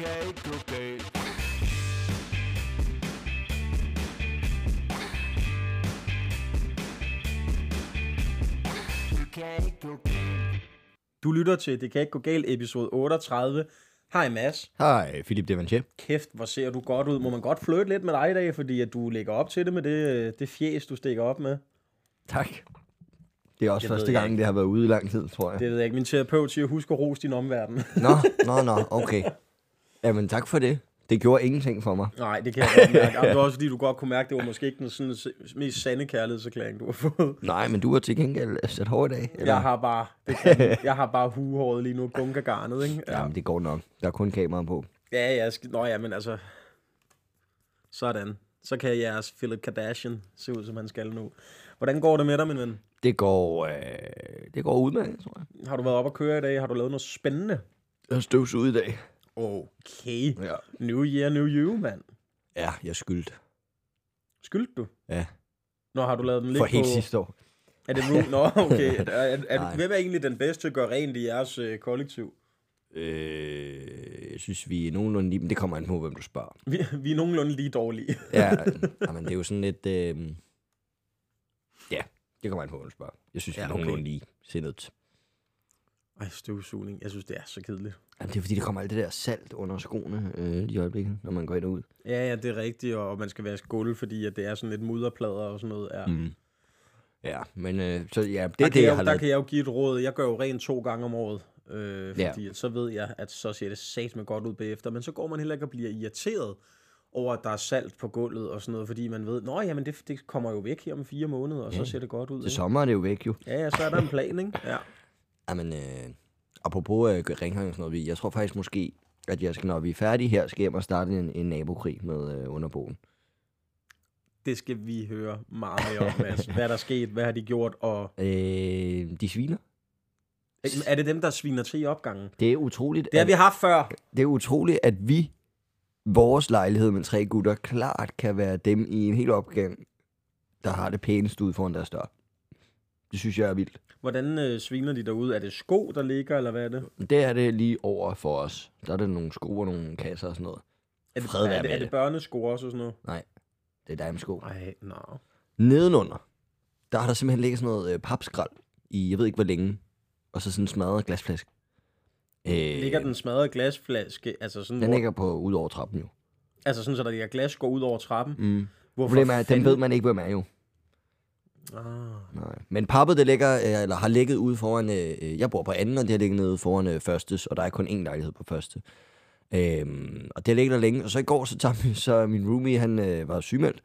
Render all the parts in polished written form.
kan ikke gå galt. Det kan ikke gå galt. Du lytter til Det kan ikke gå galt, episode 38. Hej Mads. Hej, Philip Devanché. Kæft, hvor ser du godt ud. Må man godt flirte lidt med dig i dag, fordi at du lægger op til det med det fjes, du stikker op med? Tak. Det er også Det første ved jeg gang, ikke. det har været ude i lang tid, tror jeg. Det ved jeg ikke. Min terapeut siger, husk at rose din omverden. Nå, okay. Jamen, tak for det. Det gjorde ingenting for mig. Nej, det kan jeg godt mærke. Jamen, det var også fordi, du godt kunne mærke, det var måske ikke den sådan, mest sande kærlighedserklæring, du har fået. Nej, men du var til gengæld sat hårdt af. Eller? Jeg har bare huehåret lige nu, bunkergarnet, ikke? Ja. Jamen, det går nok. Der er kun kamera på. Ja, men altså... Sådan. Så kan jeres Philip Kardashian se ud, som han skal nu. Hvordan går det med dig, min ven? Det går udmærket, tror jeg. Har du været op at køre i dag? Har du lavet noget spændende? Jeg har støvs ud i dag. Okay. Ja. New year, new you, mand. Ja, jeg skyldte. Skyldte du? Ja. Nå, har du lavet den lidt For på... helt sidste år. Er det nu? Nå, okay. Nej. Hvem er egentlig den bedste til at gøre rent i jeres kollektiv? Jeg synes, vi er nogenlunde lige... Men det kommer an på, hvem du spørger. Vi er nogenlunde lige dårlige. Ja, men det er jo sådan lidt... Ja, det kommer an på, hvem du spørger. Jeg synes, vi er nogenlunde lige sindet. Ej, støvsugning. Jeg synes, det er så kedeligt. Jamen, det er fordi, der kommer alt det der salt under skoene i øjeblikket, når man går ind og ud. Ja, det er rigtigt, og man skal vaske gulv, fordi at det er sådan lidt mudderplader og sådan noget. Ja. Ja, men så ja, det er det, jeg har Der lavet. kan jeg jo give et råd. Jeg gør jo rent 2 gange om året, fordi så ved jeg, at så ser det satme godt ud bagefter. Men så går man heller ikke og bliver irriteret over, at der er salt på gulvet og sådan noget, fordi man ved, jamen det kommer jo væk her om 4 måneder, og så ser det godt ud. Til Ikke? sommer er det jo væk, jo. Ja, så er der en plan, ikke? Ja. Jamen, apropos rengøring og sådan noget, jeg tror faktisk måske, at jeg skal, når vi er færdige her, skal hjem og starte en nabokrig med underboen. Det skal vi høre meget mere om, Mads. Hvad er der sket? Hvad har de gjort? Og... De sviner. Er det dem, der sviner til i opgangen? Det er utroligt. Det har vi haft før. Det er utroligt, at vores lejlighed med 3 gutter, klart kan være dem i en hel opgang, der har det pæneste ud foran deres dør. Det synes jeg er vildt. Hvordan sviner de derude? Er det sko, der ligger, eller hvad er det? Det er det lige over for os. Der er det nogle sko og nogle kasser og sådan noget. Er det børnesko også og sådan noget? Nej, det er damesko. Nej, no. Nedenunder, der har der simpelthen ligget sådan noget papskrald i, jeg ved ikke hvor længe, og så sådan en smadret glasflaske. Ligger den smadrede glasflaske, altså sådan... Den ligger på ud over trappen jo. Altså sådan, så der ligger glas går ud over trappen? Hvorfor Problemet er, at den ved man ikke, hvem er jo. Nej. Men pappet, det ligger, eller har ligget ude foran, jeg bor på anden, og det har ligget nede foran førstes, og der er kun én lejlighed på første. Og det har ligget der længe, og så i går, så min roomie, han var sygemeldt.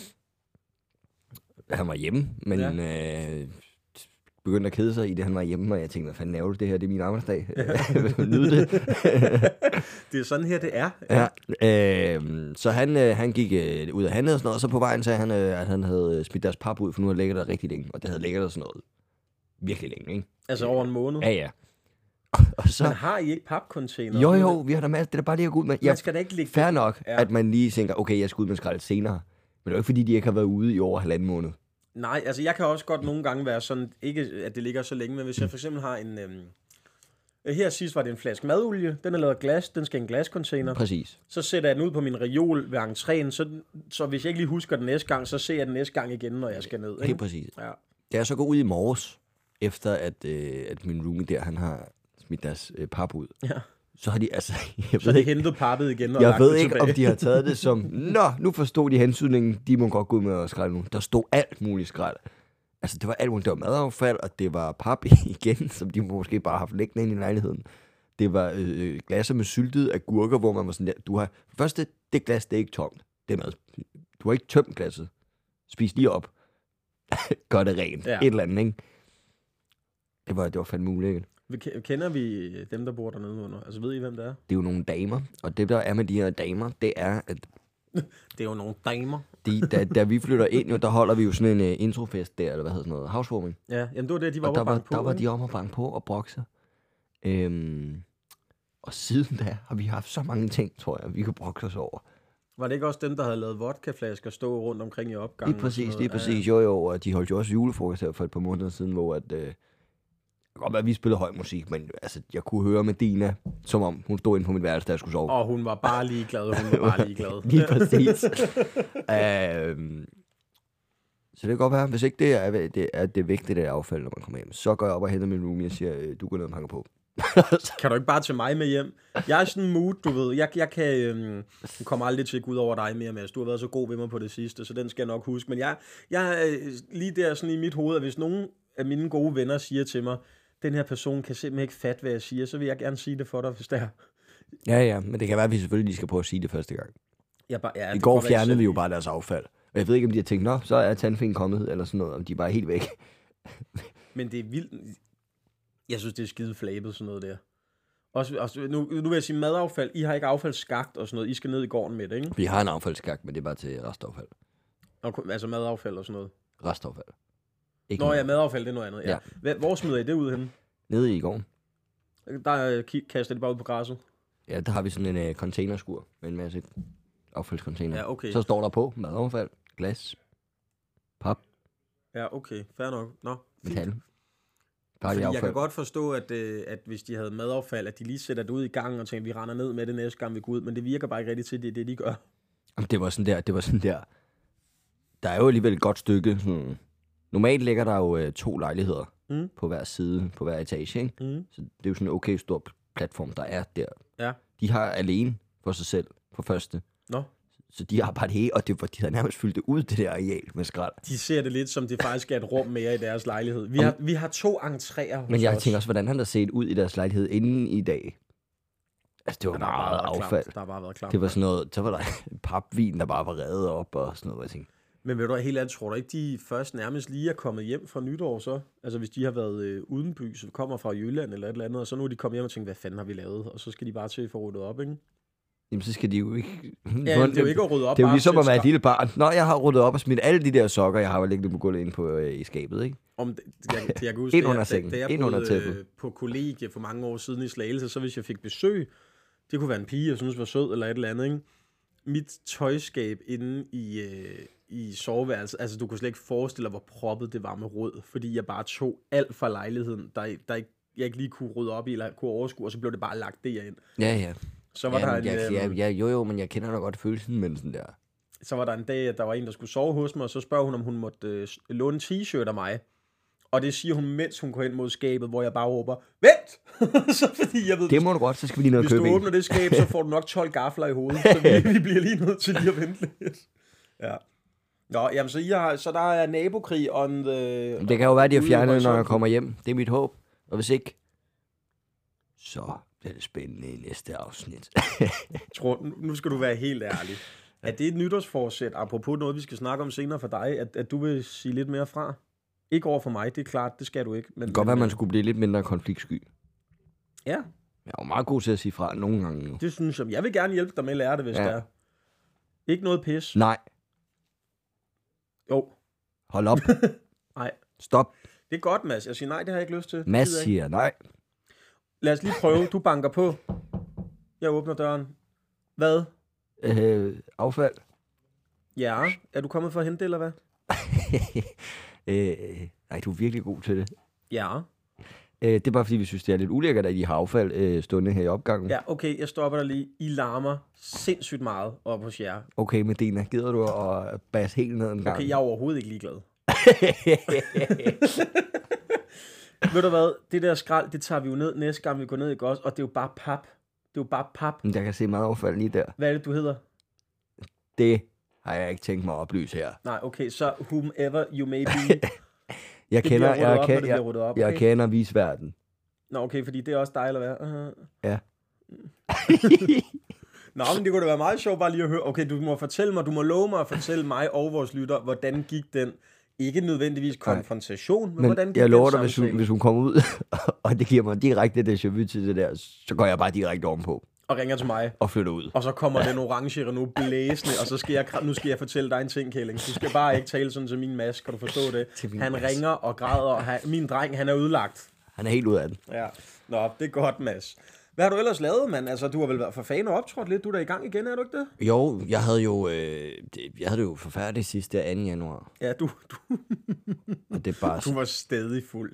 Han var hjemme, men begyndte at kede sig i det, han var hjemme, og jeg tænkte, hvad fanden laver du det her, det er min arbejdsdag. Nyde det. Det er sådan her, det er. Ja. Så han gik ud af handlet og sådan noget, og så på vejen sagde han, at han havde smidt deres pap ud, for nu havde ligget der rigtig længe, og det havde ligget der sådan noget virkelig længe, ikke? Altså over en måned? Ja. Og så... Men har I ikke papcontainer? Jo, vi har da masser, det er da bare lige at gå ud med. Man skal da ikke ligge... Fair nok, at man lige tænker, okay, jeg skal ud med skraldet senere. Men det er jo ikke, fordi de ikke har været ude i over 1,5 måned. Nej, altså jeg kan også godt nogle gange være sådan, ikke at det ligger så længe, men hvis jeg for eksempel har en... Her sidst var det en flaske madolie, den er lavet af glas, den skal i en glascontainer. Præcis. Så sætter jeg den ud på min reol ved entréen, så hvis jeg ikke lige husker den næste gang, så ser jeg den næste gang igen, når jeg skal ned. Ikke? Helt præcis. Ja. Da jeg så går ud i morges, efter at min roomie der, han har smidt deres pap ud. Ja. Så har de, altså... Så har de hentet pappet igen og jeg lagt ved det ikke, tilbage. om de har taget det som, nu forstod de hensydningen, de må godt gå ud med at skralde nu. Der stod alt muligt skrald. Altså, det var alt muligt. Det var madaffald, og det var pap igen, som de måske bare har haft liggende ind i lejligheden. Det var glasser med syltede agurker, hvor man var sådan der, første, det glas, det er ikke tomt. Det er mad. Du har ikke tømt glasset. Spis lige op. Gør det rent. Ja. Et eller andet, ikke? Det var fandme muligt. Kender vi dem, der bor dernede under? Altså, ved I, hvem det er? Det er jo nogle damer, og det, der er med de her damer, det er, at Det er jo nogle damer. da vi flytter ind, jo, der holder vi jo sådan en introfest der, eller hvad hedder sådan noget, housewarming. Ja, jamen det var det, de var Og oppe at banke på. der var ikke? de om at banke på og brokse. Og siden da har vi haft så mange ting, tror jeg, vi kan brokse os over. Var det ikke også dem, der havde lavet vodkaflasker stå rundt omkring i opgangen? Lige præcis. Jo, og de holdt jo også julefrokost her for et par måneder siden, hvor at, jeg godt være, at vi spillede høj musik, men altså, jeg kunne høre Medina, som om hun stod inde på mit værelse, da jeg skulle sove. Og hun var bare ligeglad, Lige præcis. Så det kan godt være, hvis ikke det er vigtigt, det affald, når man kommer hjem, så går jeg op og henter min roomie og siger, du går ned og pakker på. Kan du ikke bare tage mig med hjem? Jeg er sådan en mood, du ved. Jeg kan komme aldrig til at gå ud over dig mere, Mads. Du har været så god ved mig på det sidste, så den skal jeg nok huske. Men jeg er lige der sådan i mit hoved, at hvis nogen af mine gode venner siger til mig, den her person kan simpelthen ikke fatte, hvad jeg siger, så vil jeg gerne sige det for dig, hvis det er. Ja, men det kan være, at vi selvfølgelig skal prøve at sige det første gang. I går fjernede vi jo bare deres affald. Og jeg ved ikke, om de har tænkt, nå, så er tandfen kommet, eller sådan noget, om de er bare helt væk. Men det er vildt. Jeg synes, det er skide flabet, sådan noget der. Også, nu vil jeg sige madaffald. I har ikke affaldsskagt og sådan noget. I skal ned i gården med det, ikke? Vi har en affaldsskagt, men det er bare til restaffald. Altså madaffald og sådan noget? Restaffald. Madaffald, det er noget andet. Ja. Hvor smider I det ud henne? Nede i gården. Der kaster de bare ud på græsset? Ja, der har vi sådan en containerskur med en masse affaldscontainer. Ja, okay. Så står der på madaffald, glas, pap. Ja, okay. Fair nok. Nå, metal. Fordi jeg kan godt forstå, at hvis de havde madaffald, at de lige sætter det ud i gang og tænker, vi render ned med det næste gang, vi går ud. Men det virker bare ikke rigtigt til, det de gør. Jamen, det var sådan der. Der er jo alligevel et godt stykke. Normalt ligger der jo 2 lejligheder på hver side, på hver etage, ikke? Så det er jo sådan en okay stor platform, der er der. Ja. De har alene for sig selv på første. Nå. Så de har bare det hele, og de har nærmest fyldt det ud, det der areal med skrald. De ser det lidt som, det faktisk er et rum mere i deres lejlighed. Vi har 2 entréer hos Men jeg os. tænker også, hvordan han der set ud i deres lejlighed inden i dag. Altså, det var meget affald. Der har bare været klamt. Det var sådan noget, så var der papvin, der bare var revet op og sådan noget, jeg tænkte. Men ved du helt ærligt, tror du ikke, de først nærmest lige er kommet hjem fra nytår så? Altså hvis de har været udenby, så kommer fra Jylland eller et eller andet, og så nu er de kommet hjem og tænkt, hvad fanden har vi lavet? Og så skal de bare til at få ryddet op, ikke? Jamen, så skal de jo ikke... Ja, det er jo ikke at rydde op. Det er jo ligesom at være et lille barn. Nå, jeg har ryddet op og smidt alle de der sokker, jeg har jo liggende på gulvet inde på i skabet, ikke? Jeg kan huske, ind under sengen, da jeg boede på kollegie for mange år siden i Slagelse, så hvis jeg fik besøg, det kunne være en pige, jeg synes var sød eller et eller andet, ikke? Mit tøjskab inde i soveværelset, altså du kunne slet ikke forestille dig, hvor proppet det var med rod, fordi jeg bare tog alt fra lejligheden, jeg ikke lige kunne rydde op i, eller kunne overskue, og så blev det bare lagt derind. Ja. Så var der men jeg kender da godt følelsen med sådan der. Så var der en dag, at der var en, der skulle sove hos mig, og så spørger hun, om hun måtte låne en t-shirt af mig. Og det siger hun, mens hun går hen mod skabet, hvor jeg bare råber, vent! Så fordi jeg ved, det må du godt, så skal vi lige ned og købe. Hvis du åbner det skab, så får du nok 12 gafler i hovedet, så vi bliver lige nødt til lige at vente lidt. Ja. Nå, jamen så der er nabokrig on the... Det kan jo være, de har fjernet, når jeg kommer hjem. Det er mit håb. Og hvis ikke, så bliver det spændende i næste afsnit. Nu skal du være helt ærlig. Er det et nytårsforsæt, apropos noget, vi skal snakke om senere for dig, at du vil sige lidt mere fra? Ikke over for mig, det er klart, det skal du ikke. Men, det kan godt være, man skulle blive lidt mindre konfliktsky. Ja. Jeg er jo meget god til at sige fra nogle gange nu. Det synes jeg. Jeg vil gerne hjælpe dig med at lære det, hvis det er. Ikke noget pis. Nej. Jo. Hold op. Nej. Stop. Det er godt, Mads. Jeg siger nej, det har jeg ikke lyst til. Mads siger nej. Lad os lige prøve. Du banker på. Jeg åbner døren. Hvad? Affald. Ja. Er du kommet for at hente det, eller hvad? Nej, du er virkelig god til det. Ja. Det er bare fordi, vi synes, det er lidt ulækkert, at I har affald stående her i opgangen. Ja, okay, jeg stopper dig lige. I larmer sindssygt meget op hos jer. Okay, Medina, gider du at basse helt ned en gang? Okay, jeg er overhovedet ikke ligeglad. Ved du hvad, det der skrald, det tager vi jo ned næste gang, vi går ned, ikke også? Og det er jo bare pap. Det er jo bare pap. Jeg kan se meget affald lige der. Hvad er det, du hedder? Det har jeg ikke tænkt mig at oplyse her. Nej, okay, så whomever you may be. Jeg kender visverden. Nå, okay, fordi det er også dig, eller hvad? Ja. Nå, men det kunne da være meget sjovt bare lige at høre. Okay, du må love mig at fortælle mig og vores lytter, hvordan gik den, ikke nødvendigvis konfrontation, men hvordan gik jeg lover den dig, hvis hun kommer ud, og det giver mig direkte déjà vu til det der, så går jeg bare direkte ovenpå. Og ringer til mig. Og flytter ud. Og så kommer den orange Renault blæsende, og så skal jeg fortælle dig en ting, Kælling. Du skal bare ikke tale sådan til min Mads, kan du forstå det? Han ringer og græder, og min dreng, han er udlagt. Han er helt ud af den. Ja, nå, det er godt, Mads. Hvad har du ellers lavet, mand? Altså, du har vel været for fan og optrådt lidt. Du er da i gang igen, er du ikke det? Jo, jeg havde det jo forfærdeligt sidste 2. januar. Ja, og det er bare du var stadig fuld der.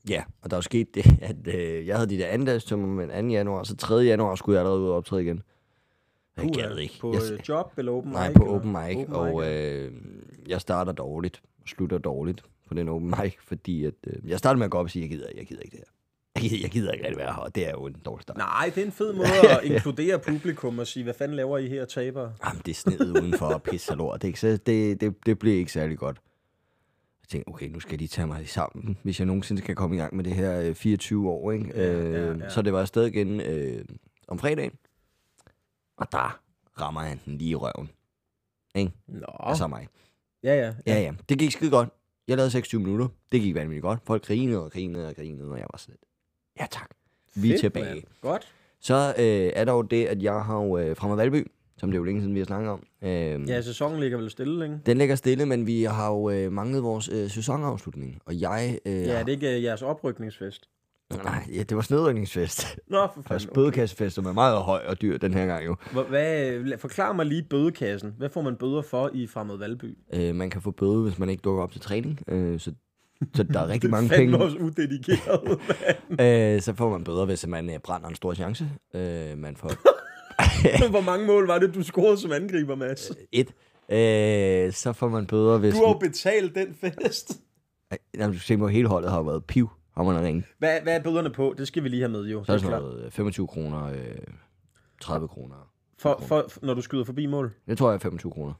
Ja, og der er jo sket det, at jeg havde de der andendagstømmer med 2. januar, så 3. januar skulle jeg allerede ud og optræde igen. Jeg gad ikke. På job eller open mic? Nej, på open mic, og jeg starter dårligt og slutter dårligt på den open mic, fordi at, jeg starter med at gå op og sige, jeg gider ikke det her. Jeg gider ikke rigtig være her, og det er jo en dårlig start. Nej, det er en fed måde at inkludere publikum og sige, hvad fanden laver I her, taber? Jamen, det er snedet udenfor og pisse og lort. Det bliver ikke særlig godt. Jeg tænkte, okay, nu skal de tage mig sammen, hvis jeg nogensinde skal komme i gang med det her 24 år, ikke? Ja. Så det var afsted igen om fredagen, og der rammer han den lige i røven. Ikke? Nå. Altså mig. Ja. Det gik skide godt. Jeg lavede 26 minutter. Det gik vanvittigt godt. Folk grinede, og jeg var sådan lidt, ja tak, vi er tilbage. Man. Godt. Så er der jo det, at jeg har jo Fremad Valby, som det er jo længe siden, vi har snakket om. Ja, sæsonen ligger vel stille, ikke? Den ligger stille, men vi har jo manglet vores sæsonafslutning. Og jeg... ja, det er ikke jeres oprykningsfest. Nej, ja, det var snedrykningsfest. Nå, for fanden. Og bødekassefest, som er meget høj og dyr den her gang jo. Forklar mig lige bødekassen. Hvad får man bøder for i Fremad Valby? Man kan få bøde, hvis man ikke dukker op til træning. Så der er rigtig mange penge. Det er også udedikeret, så får man bøder, hvis man brænder en stor chance. Man får... Hvor mange mål var det, du scorede som angriber, Mads? 1. Så får man bøder, hvis... Du har jo betalt den fest. Jamen, du ser mig, hele holdet har været piv. Har man ringe. Hvad er bøderne på? Det skal vi lige have med, jo. Så er det sådan noget 25 kroner, 30 kroner. For, når du skyder forbi mål? Det tror jeg er 25 kroner.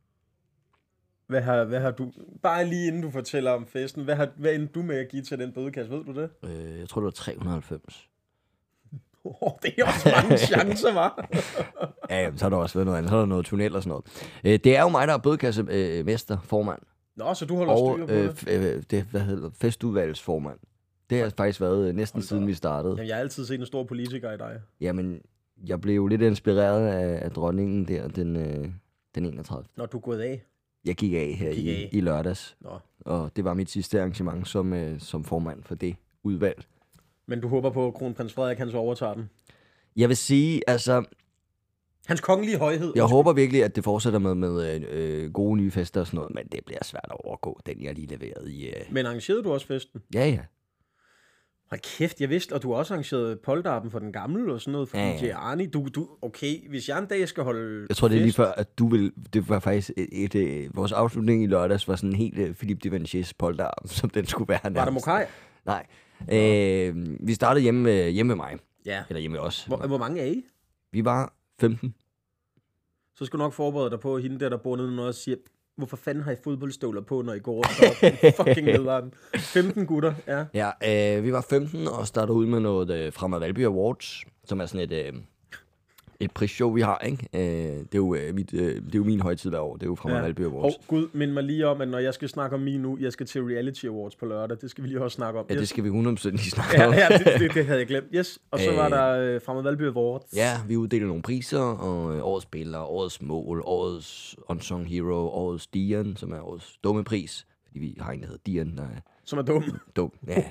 Hvad har du... Bare lige inden du fortæller om festen, hvad endte du med at give til den bødekasse? Ved du det? Jeg tror, det var 390. Det er også mange chancer, var. Ja, så har der også været noget andet. Så er der noget tunnel og sådan noget. Det er jo mig, der er bødekassemester, formand. Nå, så du holder styr på det? Hvad hedder festudvalgsformand. Det har faktisk været næsten siden vi startede. Jamen, jeg har altid set en stor politiker i dig. Jamen, jeg blev jo lidt inspireret af dronningen der, den 31. Når du er gået af? Jeg gik af her i lørdags. Nå. Og det var mit sidste arrangement som formand for det udvalg. Men du håber på, at kronprins Frederik han så overtager den? Jeg vil sige, altså... Hans kongelige højhed. Jeg håber virkelig, at det fortsætter med gode nye fester og sådan noget, men det bliver svært at overgå, den jeg lige leverede i... Men arrangerede du også festen? Ja. Hold kæft, jeg vidste, og du har også arrangeret polterappen for den gamle og sådan noget, for DJ Arnie. Okay, hvis jeg en dag skal holde jeg tror, det er lige før, at du vil... Det var faktisk vores afslutning i lørdags var sådan helt Philippe Devanchiers polterappen, som den skulle være. Var der Mokai? Nej. Vi startede hjemme ved mig. Ja. Eller hjemme ved os. Hvor mange er I? Vi var 15. Så skal du nok forberede dig på, at hende der bor nede og siger, hvorfor fanden har I fodboldstøvler på, når I går rundt fucking nederen? 15 gutter, ja. Ja, vi var 15 og startede ud med noget Fremad Valby Awards, som er sådan et prisshow, vi har, ikke? Det er jo min højtid hver år. Det er jo Fremad Valby Awards. Gud, mind mig lige om, at når jeg skal snakke om nu, jeg skal til Reality Awards på lørdag. Det skal vi lige også snakke om. Ja, det skal vi 100% lige snakke om. Ja, det havde jeg glemt. Yes. Og så var der Fremad Valby Awards. Ja, vi uddelte nogle priser, og årets spiller, årets mål, årets unsung hero, årets Dian, som er årets dumme pris. Fordi vi har en, der hedder Dian, der er... Som er dum. Dum, ja.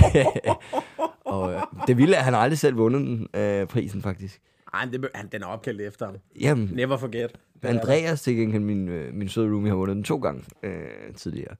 Og det vilde er, at han aldrig selv vundet prisen, faktisk. Nej, den er opkaldt efter ham. Jamen, never forget. Andreas, til gengæld min søde roomie, har vundet den 2 gange tidligere.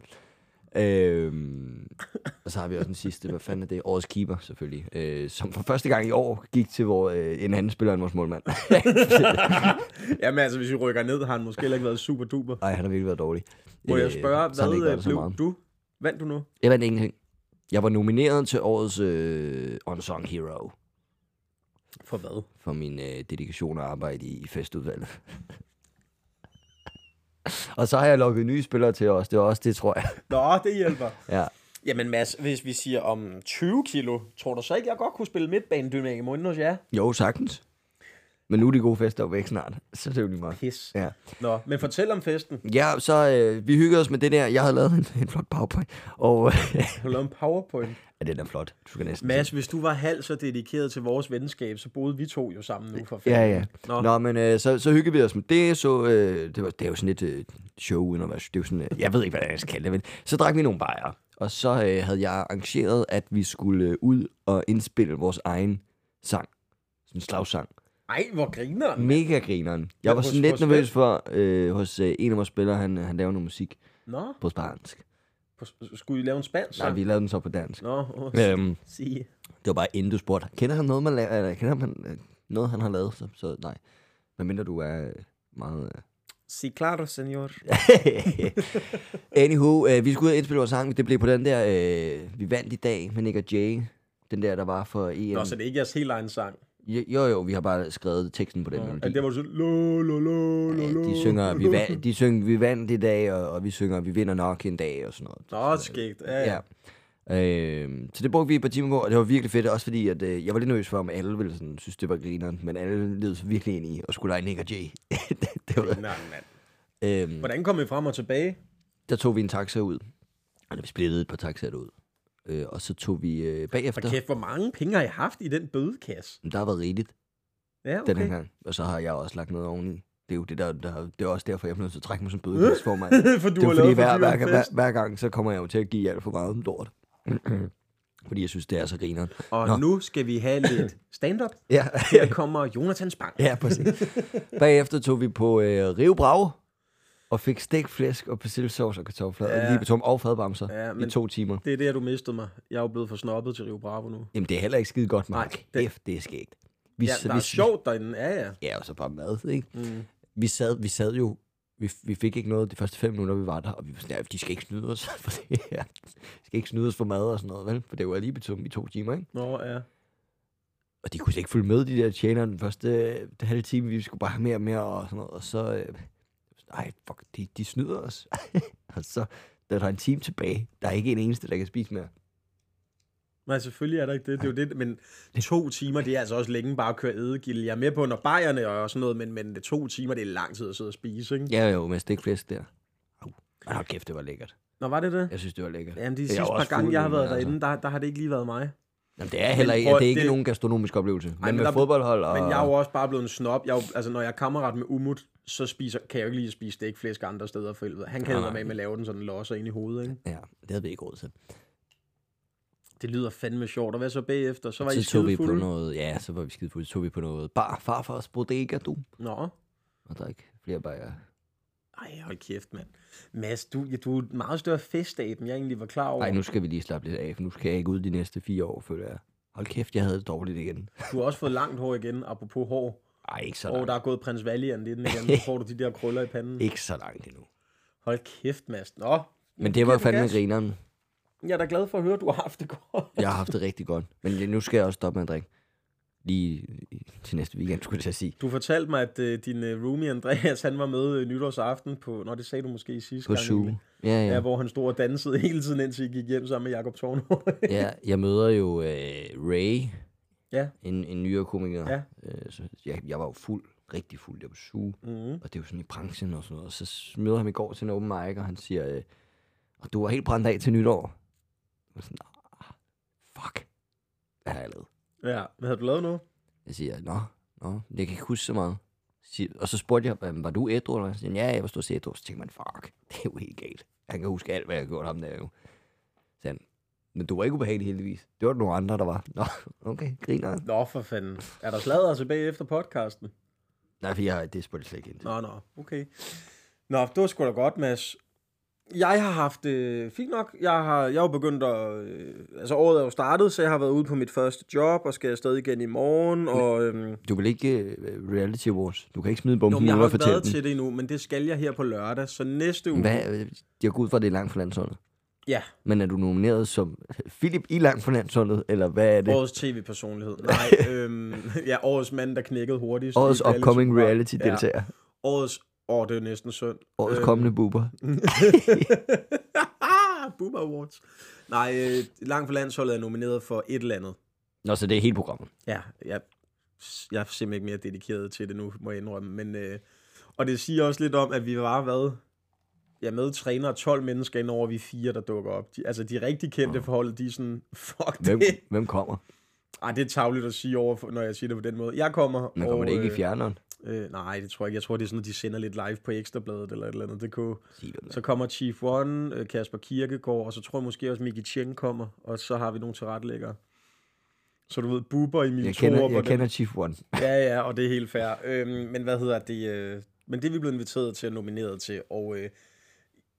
Og så har vi også den sidste, hvad fanden er det? Årets keeper, selvfølgelig. Som for første gang i år gik til en anden spiller end vores målmand. Jamen altså, hvis vi rykker ned, har han måske heller ikke været super duper. Nej, han har virkelig været dårlig. Må jeg spørge, hvad blev du? Vandt du nu? Jeg vandt ingenting. Jeg var nomineret til årets unsung hero. For hvad? For min dedikation og arbejde i festudvalget. Og så har jeg lukket nye spillere til os. Det er også det, tror jeg. Nå, det hjælper. Ja. Jamen Mads, hvis vi siger om 20 kilo, tror du så ikke, jeg godt kunne spille midtbanedynamik i munden hos jer? Jo, sagtens. Men nu er de gode fester jo væk snart. Så det er jo lige meget. Pis. Ja. Nå, men fortæl om festen. Ja, så vi hyggede os med det der. Jeg havde lavet en flot PowerPoint. Og du har lavet en PowerPoint? Ja, den er flot. Du skal næsten Mads, hvis du var halvt så dedikeret til vores venskab, så boede vi to jo sammen nu for fanden. Ja. Nå, men så hyggede vi os med det. Så det er jo sådan et show, uden at være... Det er jo sådan, jeg ved ikke, hvad jeg skal kalde det, men så drak vi nogle bajer. Og så havde jeg arrangeret, at vi skulle ud og indspille vores egen sang. Sådan en slagsang. Ej, hvor grineren. Mega grineren. Jeg var sådan lidt nervøs for, hos en af vores spillere, han laver noget musik på spansk. Skulle I lave en spansk sang? Nej, vi lavede den så på dansk. Nå, sige. Det var bare inden du spurgte. Kender han noget, kender han noget, han har lavet? Så nej. Hvad mindre du er meget... Sí, claro, senor. Anywho, vi skulle ud og indspille vores sang. Det blev på den der, vi vandt i dag med Nick og Jay. Den der var for EM. Nå, så det er ikke jeres helt egen sang? Jo, vi har bare skrevet teksten på den melodi. Ja, det var så lo. De synger, vi vandt i dag, og vi synger, vi vinder nok en dag, og sådan noget. Nå, skægt. Ja. Så det brugte vi et par timer på, og det var virkelig fedt, også fordi, at jeg var lidt nervøs for, om alle ville sådan, synes, det var grineren, men alle led så virkelig ind i at skulle lege Nick og Jay. det var, mand. Hvordan kom I frem og tilbage? Der tog vi en taxa ud, og vi splittede et par taxaer ud. Og så tog vi bagefter... For kæft, hvor mange penge har I haft i den bødekasse? Der har været rigeligt. Ja, okay. Den her gang. Og så har jeg også lagt noget oveni. Det er jo det, det er også derfor, jeg bliver nødt til at trække mig som bødekasse for mig. For du har lavet hver gang, så kommer jeg jo til at give alt for meget lort. Fordi jeg synes, det er så grineren. Og nu skal vi have lidt stand-up. Ja. Her kommer Jonathan Spang. Ja, præcis. Bagefter tog vi på Rio Bravo og fik stegt flæsk og persillesauce og kartofler lige betom og fadbamser i 2 timer. Det er det, du mistede mig. Jeg er jo blevet for snobbet til Rio Bravo nu. Jamen, det er heller ikke skide godt, Mark. Det er skægt. Der er sjovt derinde, ja. Ja, og så bare mad, ikke? Mm. Vi sad jo, vi fik ikke noget de første 5 minutter, vi var der, og vi var sådan, de skal ikke snyde os for det her. De skal ikke snyde os for mad og sådan noget, vel? For det var lige betom i 2 timer, ikke? Nå, ja. Og de kunne ikke følge med, de der tjenere, den første halve time, vi skulle bare have mere og mere og sådan noget, og så... fuck, de snyder os. Og så der er en time tilbage. Der er ikke en eneste, der kan spise mere. Nej, selvfølgelig er der ikke det. Det er jo det, men 2 timer, det er altså også længe bare at køre edegilde. Jeg er med på, når bajerne og sådan noget, men 2 timer, det er lang tid at sidde og spise, ikke? Ja, jo, med stikflæsk der. Hold kæft, det var lækkert. Nå, var det? Jeg synes, det var lækkert. Jamen, de sidste par gange, jeg har været derinde, der har det ikke lige været mig. Jamen, det er heller ikke, det er ikke nogen gastronomisk oplevelse. Men med fodboldhold og... Men jeg er jo også bare blevet en snob. Altså, når jeg er kammerat med Umut, så kan jeg jo ikke lige spise stikflæsk andre steder for helvede. Han kan jo med at lave den sådan losser ind i hovedet, ikke? Ja, det havde vi ikke råd til. Det lyder fandme sjovt. Og hvad så bagefter? Så var I skidefulde? Så tog vi på noget... Ja, så var vi skidefulde. Så tog vi på noget farfars bodega, du. Nå. Og der er ikke flere bajer. Ej, hold kæft, mand. Mads, du er et meget større festabe, end jeg egentlig var klar over. Nej, nu skal vi lige slappe lidt af, for nu skal jeg ikke ud de næste 4 år, føler jeg. Hold kæft, jeg havde det dårligt igen. Du har også fået langt hår igen, apropos hår. Ej, ikke så langt. Og der er gået prins Valiant i den igen, så får du de der krøller i panden. Ikke så langt endnu. Hold kæft, Mads. Nå. Men det var fandme grineren. Jeg er da glad for at høre, at du har haft det godt. Jeg har haft det rigtig godt. Men nu skal jeg også stoppe med at drikke. Lige til næste weekend, skulle jeg sige. Du fortalte mig, at din roomie Andreas, han var med nytårsaften på... Nå, det sagde du måske i sidste gang. På Zoo. Ja, hvor han stod og dansede hele tiden, indtil I gik hjem sammen med Jakob Tornhøj. Ja, jeg møder jo Ray. Ja. En nyere komiker. Ja. Så jeg var jo rigtig fuld. Jeg var Zoo. Mm-hmm. Og det er jo sådan i branchen og sådan noget. Og så møder han i går til en open mic, og han siger... og du var helt brændt af til nytår. Og sådan, fuck. Hvad har jeg lavet? Ja, hvad havde du lavet nu? Jeg siger, nå, jeg kan ikke huske så meget. Og så spurgte jeg, var du ædru? Og jeg siger, ja, jeg var stået ædru. Så tænkte man, fuck, det er jo helt galt. Han kan huske alt, hvad jeg har gjort ham der jo. Så men du var ikke ubehagelig heldigvis. Det var nogle andre, der var. Nå, okay, griner. Nå, for fanden. Er der sladder tilbage efter podcasten? Nej, for det spurgte jeg slet ikke ind til. Nå, okay. Nå, det var sgu da godt, Mads. Jeg har haft fint nok. Jeg er jo begyndt at... altså, året er jo startet, så jeg har været ude på mit første job, og skal afsted igen i morgen, og... Du vil ikke Reality Awards? Du kan ikke smide bomben nu og fortælle den? Jeg har ikke været til det endnu, men det skal jeg her på lørdag, så næste uge... Jeg går ud fra, det er langt fra landsholdet. Ja. Men er du nomineret som Philip i langt fra landsholdet, eller hvad er det? Årets tv-personlighed. Nej, årets mand, der knækkede hurtigst. Årets upcoming reality-deltager. Ja. Årets... det er næsten synd. Årets kommende buber. Buber Awards. Nej, langt fra landsholdet er nomineret for et eller andet. Nå, så det er hele programmet. Ja, jeg er simpelthen ikke mere dedikeret til det nu, må jeg indrømme. Men, og det siger også lidt om, at vi var med træner 12 mennesker ind over vi 4, der dukker op. De rigtig kendte forholdet, de er sådan, fuck det. Hvem kommer? Ej, det er tarveligt at sige over, når jeg siger det på den måde. Jeg kommer. Men kommer det ikke i fjerneren? Nej, det tror jeg ikke. Jeg tror, det er sådan, at de sender lidt live på Ekstrabladet eller et eller andet. Så kommer Chief One, Kasper Kirkegaard, og så tror jeg måske også Miki Chen kommer, og så har vi nogle tilrettelæggere. Så du ved, Bubber i mine Jeg kender Chief One. Ja, og det er helt fair. Men hvad hedder det? Men det er vi blevet inviteret til og nomineret til, og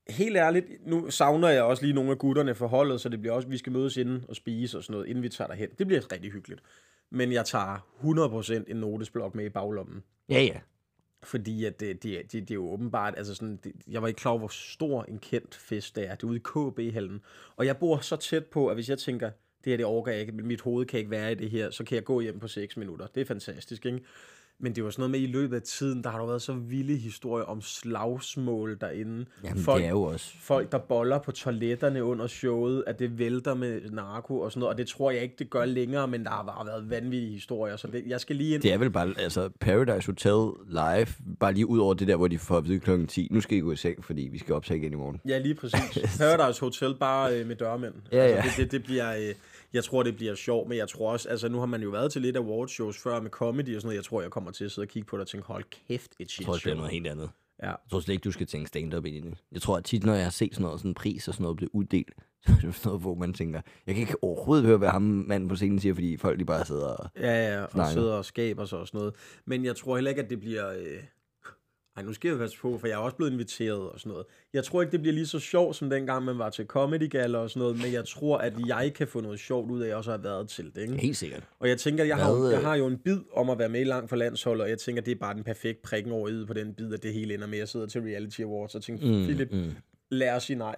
helt ærligt, nu savner jeg også lige nogle af gutterne for holdet, så det bliver også, vi skal mødes inden og spise og sådan noget, inden vi tager derhen. Det bliver rigtig hyggeligt. Men jeg tager 100% en notesblok med i baglommen. Ja. Fordi at det er jo åbenbart, altså sådan, jeg var ikke klar over, hvor stor en kendt fest det er. Det er ude i KB-hallen. Og jeg bor så tæt på, at hvis jeg tænker, det her det overgår jeg ikke, mit hoved kan ikke være i det her, så kan jeg gå hjem på 6 minutter. Det er fantastisk, ikke? Men det var sådan noget med, i løbet af tiden, der har der været så vilde historier om slagsmål derinde. Jamen, det er jo også. Folk, der boller på toiletterne under showet, at det vælter med narko og sådan noget. Og det tror jeg ikke, det gør længere, men der har bare været vanvittige historier. Så jeg skal lige ind. Det er vel bare, altså Paradise Hotel live, bare lige ud over det der, hvor de får at vide klokken 10. Nu skal I gå i seng, fordi vi skal optage igen i morgen. Ja, lige præcis. Paradise Hotel bare med dørmænd. Ja. Altså, det bliver... Jeg tror, det bliver sjovt, men jeg tror også, altså nu har man jo været til lidt awardshows før med comedy og sådan noget. Jeg tror, jeg kommer til at sidde og kigge på det og tænke, hold kæft, et shit. Jeg tror, det bliver noget helt andet. Ja. Jeg tror slet ikke, du skal tænke stand-up ind i det. Jeg tror, at tit, når jeg har set sådan noget, sådan en pris og sådan noget blive uddelt, så er det sådan noget, hvor man tænker, jeg kan ikke overhovedet høre, hvad ham manden på scenen siger, fordi folk de bare sidder og og sidder og skaber sig og sådan noget. Men jeg tror heller ikke, at det bliver... nu skal jeg passe på, for jeg er også blevet inviteret og sådan noget. Jeg tror ikke, det bliver lige så sjovt, som dengang man var til Comedy Gala og sådan noget, men jeg tror, at jeg kan få noget sjovt ud af, at jeg også har været til det, ikke? Helt sikkert. Og jeg tænker, jeg har jo en bid om at være med langt for landsholdet, og jeg tænker, det er bare den perfekte prikken over i på den bid, at det hele ender med at sidde til Reality Awards og tænke, Philip, lad os sige nej.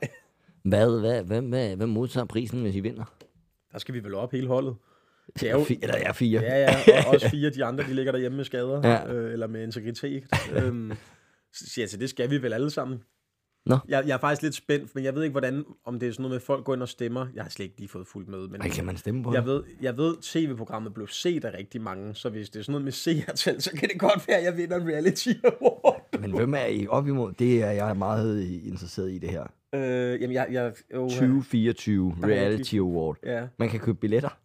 Hvem modtager prisen, hvis I vinder? Der skal vi vel op hele holdet. Det er jo, eller jeg er 4. Ja, og også 4 de andre, de ligger derhjemme med skader, eller med integritet. Så det skal vi vel alle sammen. Nå. Jeg er faktisk lidt spændt, men jeg ved ikke, hvordan, om det er sådan noget med, at folk går ind og stemmer. Jeg har slet ikke lige fået fuldt med. Men kan man stemme på jeg ved, tv-programmet blev set af rigtig mange, så hvis det er sådan noget med seertal, så kan det godt være, at jeg vinder en reality award. Men hvem er I op imod? Det er jeg meget interesseret i det her. Jamen, 2024 Reality Award. Ja. Man kan købe billetter.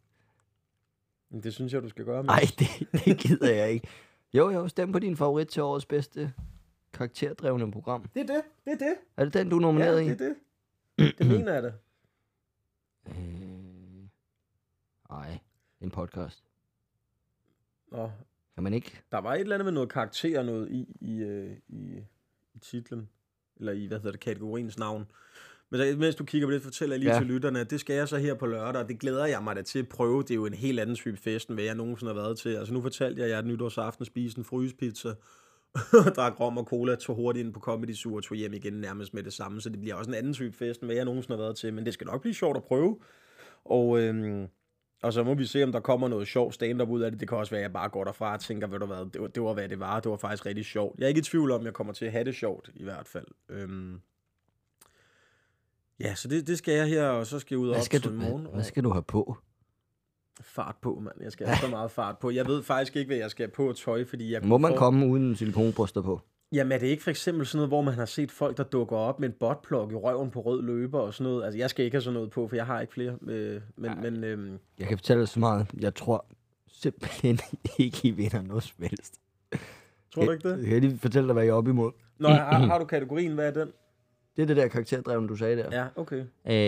Det synes jeg, du skal gøre. Nej, det gider jeg ikke. Jo, stem på din favorit til årets bedste karakterdrevne program. Det er det. Er det den, du er nomineret i? Ja, det er det. Det mener jeg da. Nej, en podcast. Nå. Kan man ikke? Der var et eller andet med noget karakter noget i titlen. Eller i, kategoriens navn. Men så, mens du kigger på det, fortæller jeg lige til lytterne, at det skal jeg så her på lørdag, og det glæder jeg mig da til at prøve. Det er jo en helt anden type fest, end hvad jeg nogensinde har været til. Altså nu fortalte jeg, at jeg nytårsaften spiste en frysepizza, drak rom og cola, tog hurtigt ind på Comedy Zoo og tog hjem igen nærmest med det samme. Så det bliver også en anden type fest, end hvad jeg nogensinde har været til. Men det skal nok blive sjovt at prøve. Og så må vi se, om der kommer noget sjovt stand-up ud af det. Det kan også være, at jeg bare går derfra og tænker, ved du hvad, det var hvad det var. Det var faktisk rigtig sjovt. Jeg er ikke i tvivl om, at jeg kommer til at have det sjovt, i hvert fald. Ja, så det skal jeg her, og så skal jeg ud og op til morgen. Hvad skal du have på? Fart på, mand. Jeg skal have så meget fart på. Jeg ved faktisk ikke, hvad jeg skal have på tøj, fordi jeg... Må man komme uden silikonbryster på? Jamen, er det ikke for eksempel sådan noget, hvor man har set folk, der dukker op med en botplug i røven på rød løber og sådan noget? Altså, jeg skal ikke have sådan noget på, for jeg har ikke flere. Jeg kan fortælle dig så meget. Jeg tror simpelthen ikke, I vinder noget som helst. Tror du ikke det? Jeg kan lige fortælle dig, hvad jeg er op imod. Nå, har du kategorien? Hvad er den? Det er det der karakterdrevne, du sagde der. Ja, okay.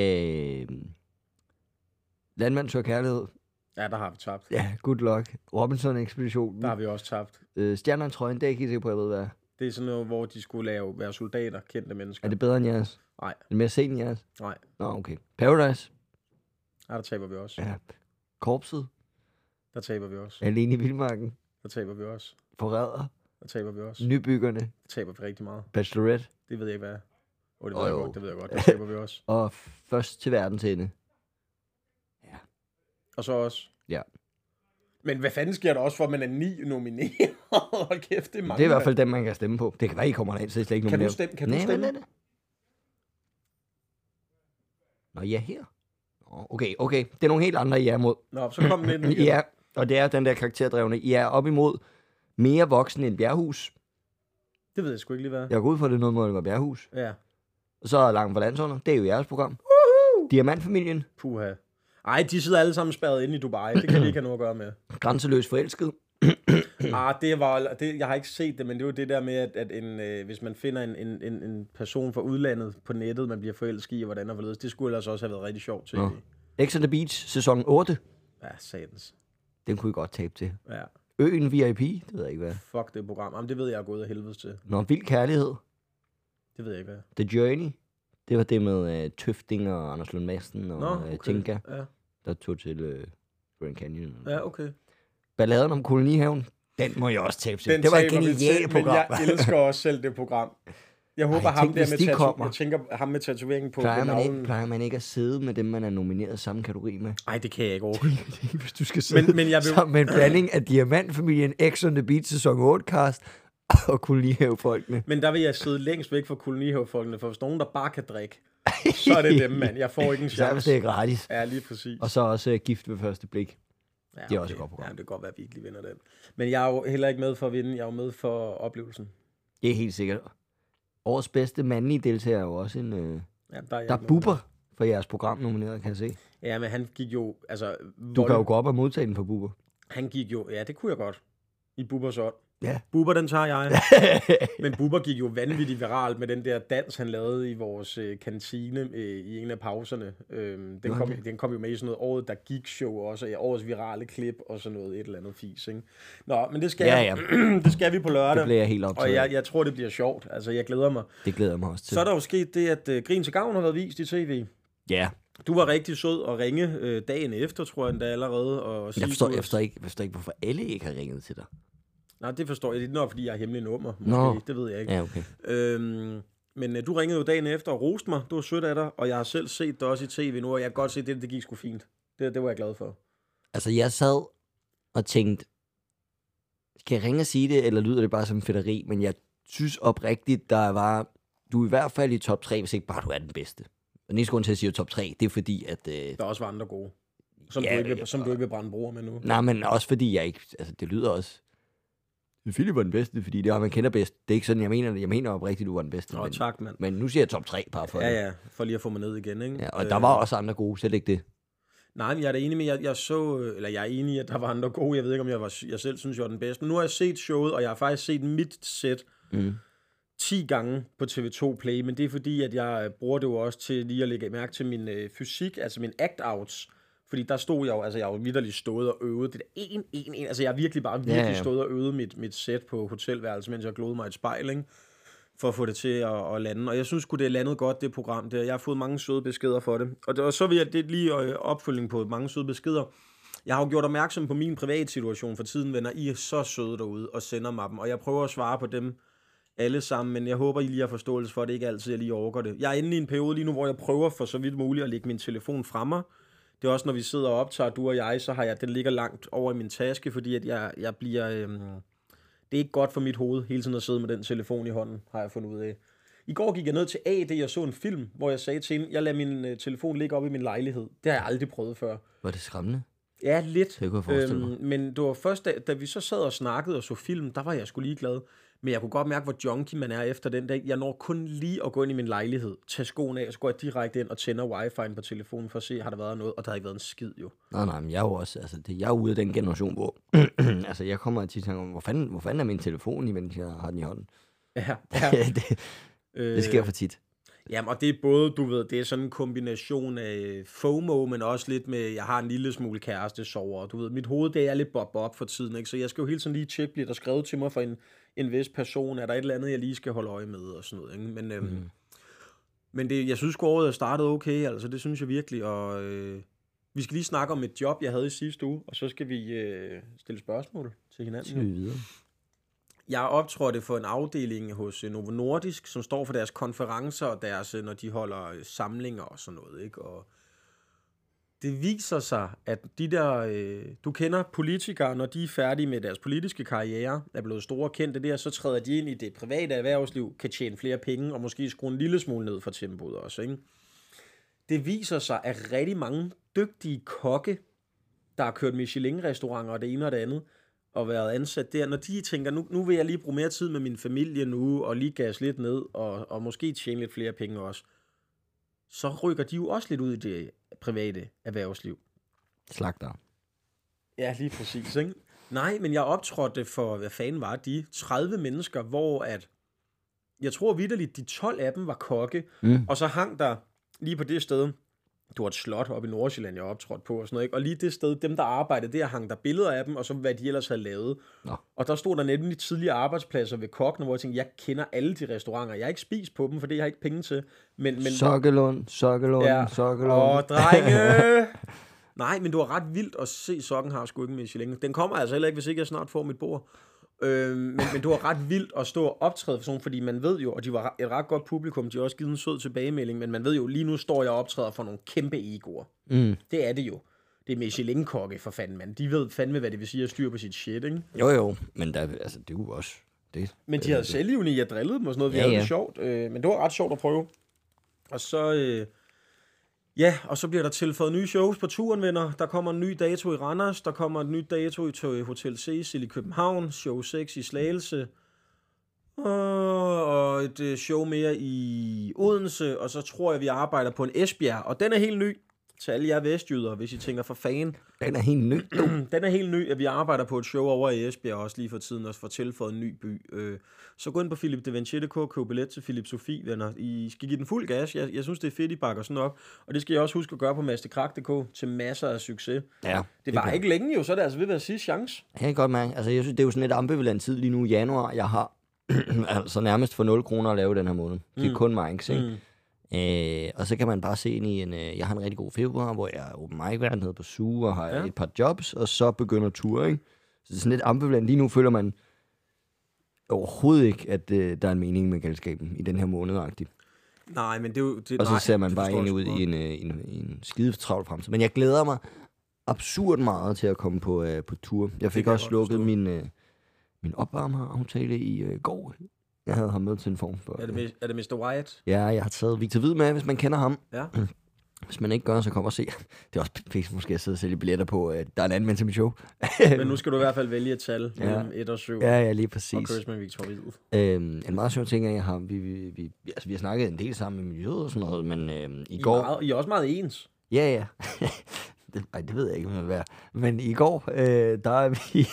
Landmand søger kærlighed. Ja, der har vi tabt. Ja, good luck. Robinson-ekspeditionen. Der har vi også tabt. Stjernerne trøjen, det er ikke sikker på, jeg ved hvad. Det er sådan noget, hvor de skulle være soldater, kendte mennesker. Er det bedre end jeres? Nej. Er det mere sent end jeres? Nej. Nå, okay. Paradise? Ja, der taber vi også. Ja. Korpset? Der taber vi også. Alene i Vildmarken? Der taber vi også. Forræder? Der taber vi også. Nybyggerne? Der taber vi rigtig meget. Bachelorette? Det ved jeg ikke, hvad er. Det ved jeg godt, det ved jeg godt. Der taber vi også. Og først til verdensende? Ja. Og så også? Ja. Men hvad fanden sker der også for, at man er 9 nomineret? Hold kæft, det er mange. Det er i hvert fald dem, man kan stemme på. Det kan være, I kommer ind, så det er slet ikke nomineret. Kan du stemme? Nej. Nå, I er her. Okay. Det er nogle helt andre, I er mod. Nå, så kom med den igen. Ja, og det er den der karakterdrevne. I er op imod mere voksen end Bjerghus. Det ved jeg sgu ikke lige, hvad. Jeg går ud for, det noget, hvor det var Bjerghus. Ja. Og så er Langt fra Landsholdet. Det er jo jeres program. Diamantfamilien. Puha. Ej, de sidder alle sammen spærret inde i Dubai. Det kan vi ikke have noget at gøre med. Grænseløs forelsket. Jeg har ikke set det, men det er jo det der med, at hvis man finder en person fra udlandet på nettet, man bliver forelsket i, og hvordan og hvorledes. Det skulle ellers også have været rigtig sjovt til. X on the Beach, sæson 8. Ja, satans. Den kunne I godt tabe til. Ja. Øen VIP, det ved jeg ikke hvad. Fuck det program. Jamen, det ved jeg er gået af helvede til. Vild kærlighed. Det ved jeg ikke hvad. The Journey. Det var det med Tøfting og Anders Lund Madsen og okay. Tinka, Ja. der tog til Grand Canyon. Ja, okay. Balladen om kolonihaven, den må jeg også tabe til. Det var et genialt program. Men jeg elsker også selv det program. Jeg håber, jeg tænker ham med tatoveringen på navlen. Plejer man ikke at sidde med dem, man er nomineret samme kategori med? Nej, det kan jeg ikke overgå. Hvis du skal sidde sammen med en blanding af Diamantfamilien, X on the Beach sæson 8 cast og kolonihavefolkene. Men der vil jeg sidde længst væk fra kolonihavefolkene, for hvis nogen, der bare kan drikke, så er det dem, mand. Jeg får ikke en chance. Så er det gratis. Ja, lige præcis. Og så også Gift ved første blik. Ja, det er også et godt program. Ja, det kan godt være, at vi ikke lige vinder den. Men jeg er jo heller ikke med for at vinde. Jeg er jo med for oplevelsen. Det er helt sikkert. Årets bedste mandlige deltager er jo også en... der er Bubber for jeres program nomineret, kan jeg se. Ja, men han gik jo... Altså, du kan jo gå op og modtage den for Bubber. Han gik jo... Ja, det kunne jeg godt. I Bubbers ånd. Ja. Bubber, den tager jeg. Men Bubber gik jo vanvittigt viralt med den der dans, han lavede i vores kantine i en af pauserne. Den kom jo med i sådan noget året, der gik show også, i årets virale klip og sådan noget, et eller andet fis, ikke? Nå, men det skal, det skal vi på lørdag. Det bliver jeg helt optaget. Og jeg tror, det bliver sjovt. Altså, jeg glæder mig. Det glæder mig også til. Så er der jo sket det, at Grin til Gavn har været vist i tv. Ja. Du var rigtig sød at ringe dagen efter, tror jeg endda allerede. Og jeg forstår ikke, hvorfor alle ikke har ringet til dig. Nej, det forstår jeg. Det er nok, fordi jeg har hemmelig nummer. Måske. Det ved jeg ikke. Ja, okay. Men du ringede jo dagen efter og roste mig. Du var sødt af dig, og jeg har selv set det også i tv nu, og jeg kan godt se, at det gik sgu fint. Det var jeg glad for. Altså, jeg sad og tænkte, skal jeg ringe og sige det, eller lyder det bare som fedteri? Men jeg synes oprigtigt, du er i hvert fald i top 3, hvis ikke bare du er den bedste. Og næste grund til at sige top 3, det er fordi, at... der også var andre gode. Som du ikke vil brænde broer med nu. Nej, men også fordi jeg ikke... Altså, det lyder også... Philip var den bedste, fordi det er man kender bedst. Det er ikke sådan, jeg mener det. Jeg mener oprigtigt, du var den bedste. Men, tak, mand. Men nu siger jeg top 3 bare for det. Ja, for lige at få mig ned igen, ikke? Ja, og der var også andre gode, selv ikke det. Nej, men jeg er da enig med, jeg er enig i, at der var andre gode. Jeg ved ikke, om jeg selv synes, jeg var den bedste. Men nu har jeg set showet, og jeg har faktisk set mit sæt 10 gange på TV2 Play. Men det er fordi, at jeg bruger det jo også til lige at lægge mærke til min fysik, altså min act-outs. Fordi der stod jeg jo, altså jeg har jo vitterligt stået og øvet det der 1. Altså jeg har virkelig stået og øvet mit sæt på hotelværelse, mens jeg glodede mig et spejl, ikke? For at få det til at lande. Og jeg synes sgu, det er landet godt, det program der. Jeg har fået mange søde beskeder for det. Og så vil jeg det lige opfølging på mange søde beskeder. Jeg har jo gjort opmærksom på min private situation for tiden, venner. I er så søde derude og sender mig dem. Og jeg prøver at svare på dem alle sammen, men jeg håber, I lige har forståelse for, at det ikke altid, jeg lige overgår det. Jeg er inde i en periode lige nu, hvor jeg prøver for så vidt muligt at lægge min telefon fra mig. Det er også, når vi sidder og optager, du og jeg, så har den ligger langt over i min taske, fordi at jeg bliver... det er ikke godt for mit hoved, hele tiden at sidde med den telefon i hånden, har jeg fundet ud af. I går gik jeg ned til AD og så en film, hvor jeg sagde til hende, jeg lader min telefon ligge op i min lejlighed. Det har jeg aldrig prøvet før. Var det skræmmende? Ja, lidt. Det kunne jeg forestille mig. Men det var først, da vi så sad og snakkede og så film, der var jeg sgu ligeglad. Men jeg kunne godt mærke, hvor junkie man er efter den dag. Jeg når kun lige at gå ind i min lejlighed, tage skoen af, og så går jeg direkte ind og tænder wifi'en på telefonen for at se, har der været noget, og der har ikke været en skid jo. Nej, men jeg er jo også, altså jeg er ude af den generation, hvor altså jeg kommer til at tænke, hvor fanden er min telefon, imens jeg har den i hånden? Ja. det sker for tit. Jamen, og det er både, du ved, det er sådan en kombination af FOMO, men også lidt med, jeg har en lille smule kærestesover, du ved, mit hoved, det er lidt bob for tiden, ikke? Så jeg skal jo hele tiden lige tjekke, bliver der skrevet til mig for en vis person, er der et eller andet, jeg lige skal holde øje med, og sådan noget, ikke? Men det, jeg synes, året er startet okay, altså, det synes jeg virkelig, og vi skal lige snakke om et job, jeg havde i sidste uge, og så skal vi stille spørgsmål til hinanden. Jeg optrådte for en afdeling hos Novo Nordisk, som står for deres konferencer og deres, når de holder samlinger og sådan noget, ikke? Og det viser sig, at de der, du kender politikere, når de er færdige med deres politiske karriere, er blevet store kendte der, så træder de ind i det private erhvervsliv, kan tjene flere penge og måske skrue en lille smule ned for tempoet også, ikke? Det viser sig, at rigtig mange dygtige kokke, der har kørt Michelin-restauranter og det ene og det andet, og været ansat der, når de tænker, nu vil jeg lige bruge mere tid med min familie nu, og lige gas lidt ned, og måske tjene lidt flere penge også, så rykker de jo også lidt ud i det private erhvervsliv. Slagter. Ja, lige præcis, ikke? Nej, men jeg optrådte for, hvad fanden var de? 30 mennesker, hvor at, jeg tror vitterligt, de 12 af dem var kokke, og så hang der lige på det sted Det var et slot oppe i Nordsjælland, jeg optrådte på og sådan noget, ikke? Og lige det sted, dem der arbejdede der, hang der billeder af dem, og så hvad de ellers havde lavet. Nå. Og der stod der nemlig tidligere arbejdspladser ved Kokken, hvor jeg tænkte, jeg kender alle de restauranter. Jeg har ikke spist på dem, for det har jeg ikke penge til. Men Sokkelund. Drenge! Nej, men det var ret vildt at se Sokken har sgu ikke Michelin. Den kommer altså heller ikke, hvis ikke jeg snart får mit bord. Men det var ret vildt at stå og optræde for sådan, fordi man ved jo, og de var et ret godt publikum, de har også givet en sød tilbagemelding, men man ved jo, lige nu står jeg og optræder for nogle kæmpe egoer. Det er det jo. Det er Michelin-kokke for fanden, mand. De ved fandme, hvad det vil sige at styre på sit shit, ikke? Jo, men der, altså, det er jo også... Det, men de havde selvgivende, jeg drillede dem og sådan noget, vi havde det sjovt. Men det var ret sjovt at prøve. Og så... og så bliver der tilføjet nye shows på turen, venner. Der kommer en ny dato i Randers, der kommer en ny dato i Hotel Cecil i København, show 6 i Slagelse, og et show mere i Odense, og så tror jeg, vi arbejder på en Esbjerg, og den er helt ny til alle jer vestjyder, hvis I tænker for fan. Den er helt ny. Den er helt ny, at vi arbejder på et show over i Esbjerg, også lige for tiden, og får tilføjet en ny by. Så gå ind på philipdevanchier.dk, køb billet til Philip Sofie, venner. I skal give den fuld gas. Jeg synes, det er fedt, I bakker sådan op. Og det skal jeg også huske at gøre på masterkrak.dk til masser af succes. Ja, det var ikke længe jo, så er det altså ved at være sidste chance. Jeg kan godt mærke. Altså, jeg synes, det er jo sådan et ambivalent tid lige nu i januar. Jeg har altså nærmest for 0 kroner at lave den her måned. Det er kun mig, ikke? Og så kan man bare se ind i jeg har en rigtig god februar, hvor jeg er open mic vært nede på Suge og har et par jobs, og så begynder tur, ikke? Så det er sådan lidt ambivalent. Lige nu føler man overhovedet ikke, at der er en mening med galskaben i den her måned-agtigt. Nej, men det er jo... Og så ser man bare egentlig ud i en skide travl fremtid. Men jeg glæder mig absurd meget til at komme på tur. Jeg fik også slukket min opvarmer-aftale i går. Jeg havde ham med til en form for... Er det Mr. Wyatt? Ja, jeg har taget Victor Hvid med, hvis man kender ham. Ja. Hvis man ikke gør, så kom og se. Det er også pænt, måske at sidde og sælge billetter på, der er en anden mand til mit show. Men nu skal du i hvert fald vælge et tal mellem 1 og 7. Ja, lige præcis. Og Chris med Victor Hvid. En meget sjov ting er, jeg har, vi har snakket en del sammen i miljøet og sådan noget, men i går... I er også meget ens. Ja. det ved jeg ikke, hvad det er. Men i går, der er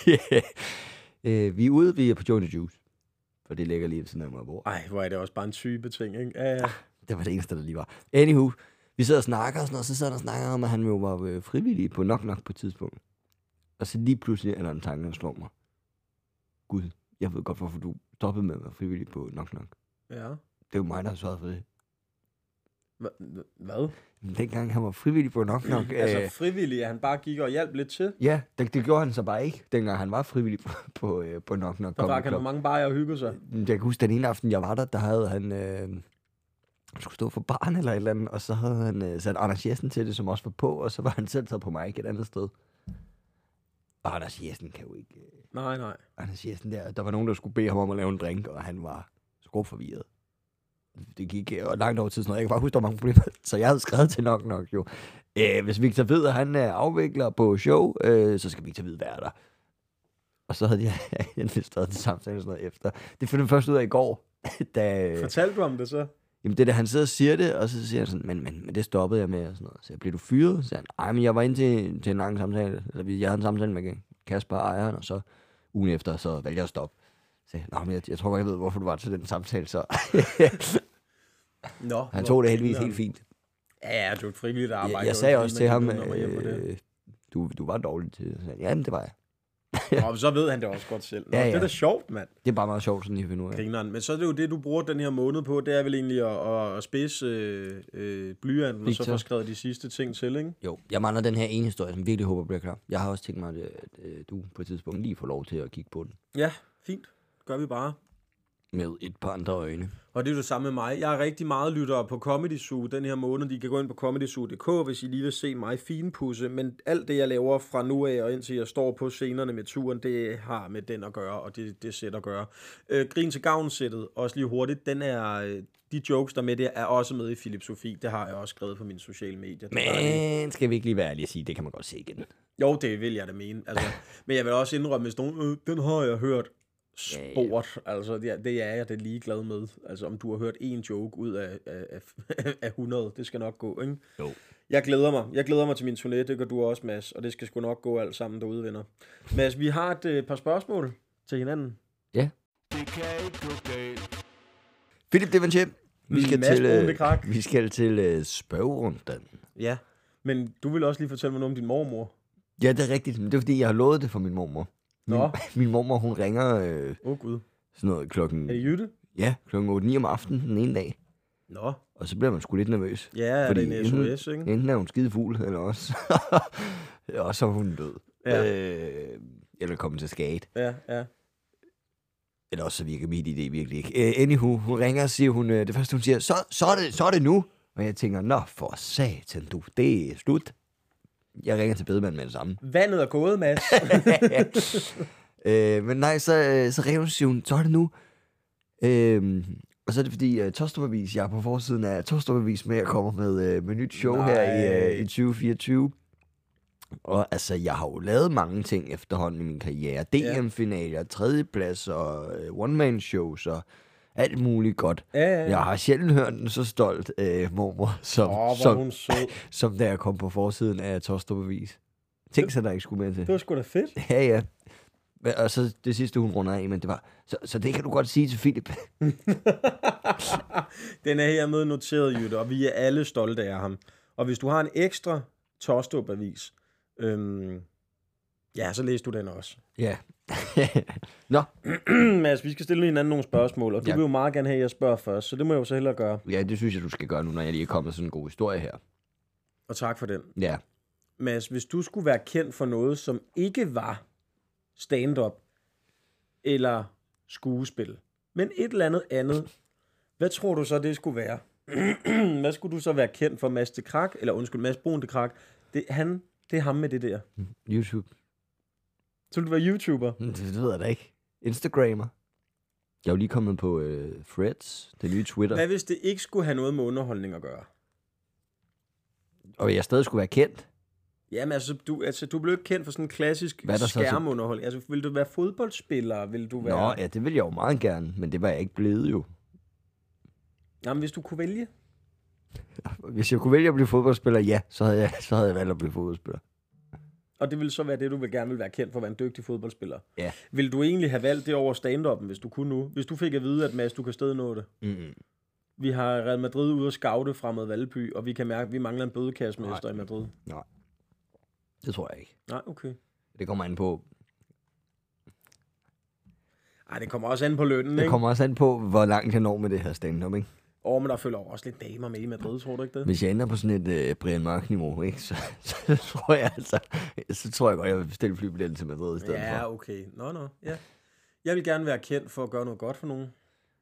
vi er ude, vi er på Joe & the Juice. For det ligger lige ved siden af mig, hvor... Ej, hvor er det også bare en type ting, ikke? Ja. Det var det eneste, der lige var. Anywho, vi sidder og snakker og sådan noget, så sidder der og snakker om, at han jo var frivillig på Nok Nok på et tidspunkt. Og så lige pludselig er der en tanke, der slår mig. Gud, jeg ved godt, hvorfor du stoppede med at være frivillig på Nok Nok. Ja. Det er jo mig, der har svaret for det. Hvad? Dengang han var frivillig på Nok Nok. Altså frivillig, at han bare gik og hjalp lidt til? Ja, det gjorde han så bare ikke, dengang han var frivillig på Nok Nok. Der var kan mange bajer og hygge sig. Jeg kan huske, den ene aften, jeg var der havde han... Han skulle stå for baren eller et eller andet, og så havde han sat Anders Jessen til det, som også var på, og så var han selv taget på mig et andet sted. Og Anders Jessen kan jo ikke... Nej. Anders Jessen der var nogen, der skulle bede ham om at lave en drink, og han var skrubforvirret. Det gik langt over tid, sådan noget. Jeg kan bare huske, der var mange problemer, så jeg havde skrevet til Nok Nok jo. Hvis Victor ved, at han er afvikler på show, så skal Victor ved være der. Og så havde jeg investeret til samtale sådan noget efter. Det fandt jeg først ud af i går. Fortalte du om det så? Jamen det er han sidder og siger det, og så siger han sådan, men det stoppede jeg med, og sådan noget. Så bliver du fyret? Så siger han, ej, men jeg var inde til en lang samtale, eller jeg havde en samtale med Kasper og ejeren, og så ugen efter, så valgte jeg at stoppe. Så men jeg tror godt, jeg ved, hvorfor du var til den samtale, så... Nå, han tog det heldigvis helt fint. Ja, du er et frivilligt arbejde. Jeg sagde også til ham, du var dårlig til det. Ja, men det var jeg. Nå, så ved han det også godt selv. Nå, ja. Det er da sjovt, mand. Det er bare meget sjovt, sådan lige at finde ud af. Grineren. Men så er det jo det, du bruger den her måned på, det er vel egentlig at spidse blyanten, og så få skrevet de sidste ting til, ikke? Jo, jeg mangler den her ene historie, som virkelig håber bliver klar. Jeg har også tænkt mig, at du på et tidspunkt lige får lov til at kigge på den. Ja, fint. Gør vi bare. Med et par andre øjne. Og det er jo det samme med mig. Jeg er rigtig meget lytter på Comedy Zoo den her måned. De kan gå ind på comedyzoo.dk, hvis I lige vil se mig finpudse. Men alt det, jeg laver fra nu af og indtil jeg står på scenerne med turen, det har med den at gøre, og det sæt at gøre. Grin til gavn-sættet, også lige hurtigt, den er... De jokes, der med det, er også med i Philip Sofie. Det har jeg også skrevet på mine sociale medier. Men skal vi ikke lige være ærlige at sige, det kan man godt se igen. Jo, det vil jeg da mene. Altså, men jeg vil også indrømme, hvis nogen, den har jeg hørt sport. Ja. Altså, det er jeg da ligeglad med. Altså, om du har hørt en joke ud af 100, det skal nok gå, ikke? Jo. Jeg glæder mig til min turné, det gør du også, Mads, og det skal sgu nok gå alt sammen derude, venner. Mads, vi har et par spørgsmål til hinanden. Ja. Det kan ikke gå galt. Philip Devanchier, vi skal til spørgerunden. Ja, men du vil også lige fortælle mig noget om din mormor. Ja, det er rigtigt, men det er fordi, jeg har lovet det for min mormor. Min mormor, hun ringer Gud. sådan noget klokken... Er det Jytte? Ja, klokken 8-9 om aftenen den ene dag. Nå. Og så bliver man sgu lidt nervøs. Ja, fordi det er en SOS, ikke? Enten er hun skide fugl, eller også, og så er hun død. Ja. Eller kommet til skade. Ja. Eller også så virker mit idé virkelig ikke. Anywho, hun ringer og siger, det første hun siger, så er det nu. Og jeg tænker, nå for satan du, det er slut. Jeg ringer til bedemanden med det samme. Vandet er gået, Mads. Men nej, så ringer hun og siger hun, så er det nu. Og så er det fordi, Tostrup-avis, jeg er på forsiden af Tostrup-avis med, at jeg kommer med nyt show her i 2024. Og altså, jeg har jo lavet mange ting efterhånden i min karriere. DM-finaler, tredjeplads og one-man-shows og alt muligt godt. Ja. Jeg har sjældent hørt den så stolt mormor, som da jeg kom på forsiden af Tostrup-avis. Tænk sig, der ikke skulle med til. Det var sgu da fedt. Ja. Og så det sidste, hun runder af, men det var, så det kan du godt sige til Philip. Den er hermed noteret, Jytte, og vi er alle stolte af ham. Og hvis du har en ekstra Tostrup-avis, så læser du den også. Ja. Nå. Mads, vi skal stille hinanden nogle spørgsmål, og du vil jo meget gerne have, at jeg spørger først, så det må jeg jo så hellere gøre. Ja, det synes jeg, du skal gøre nu, når jeg lige er kommet med sådan en god historie her. Og tak for den. Ja. Mads, hvis du skulle være kendt for noget, som ikke var stand-up eller skuespil, men et eller andet, hvad tror du så, det skulle være? Hvad skulle du så være kendt for, Mads de Krak, eller undskyld, Mads Brun de Krak? Det er ham med det der. YouTube. Så vil du være YouTuber? Det ved jeg da ikke. Instagrammer. Jeg er jo lige kommet på Threads, det nye Twitter. Hvad hvis det ikke skulle have noget med underholdning at gøre? Og jeg stadig skulle være kendt? Jamen du blev ikke kendt for sådan en klassisk skærmunderholdning. Altså, vil du være fodboldspiller? Vil du være... Nå, ja, det vil jeg jo meget gerne, men det var jeg ikke blevet jo. Jamen, hvis du kunne vælge? Hvis jeg kunne vælge at blive fodboldspiller, ja, så havde jeg valgt at blive fodboldspiller. Og det ville så være det, du gerne vil være kendt for at være en dygtig fodboldspiller? Ja. Vil du egentlig have valgt det over stand-up'en, hvis du kunne nu? Hvis du fik at vide, at Mads, du kan stadig nå det? Mm-hmm. Vi har Real Madrid ude at scoute Fremad Valby, og vi kan mærke, at vi mangler en bødekassemester i Madrid. Nej. Det tror jeg ikke. Nej, okay. Det kommer an på... Ej, det kommer også an på lønnen, ikke? Det kommer også an på, hvor langt jeg når med det her stand-up, ikke? Men der følger også lidt damer med i Madrid, tror du ikke det? Hvis jeg ender på sådan et Brian Mørk-niveau, ikke? Så tror jeg altså... Så tror jeg godt, jeg vil bestille flybilletten til Madrid i stedet for. Ja, okay. Nå, ja. Jeg vil gerne være kendt for at gøre noget godt for nogen.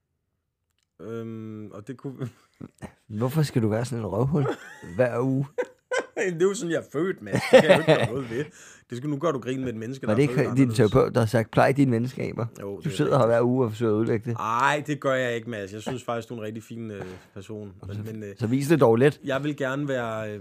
Og det kunne... Hvorfor skal du være sådan en røvhul hver uge? Det er jo sådan, jeg er født med. Det kan jeg jo ikke gøre noget ved. Det skal nu gøre, du grine med et menneske, der er født. Var det ikke din terapeut, der har sagt, plej dine venskaber? Jo, du sidder her hver uge og forsøger at udlægge det. Nej, det gør jeg ikke, Mads. Jeg synes faktisk, du er en rigtig fin person. Så vis det dog lidt. Jeg vil gerne være...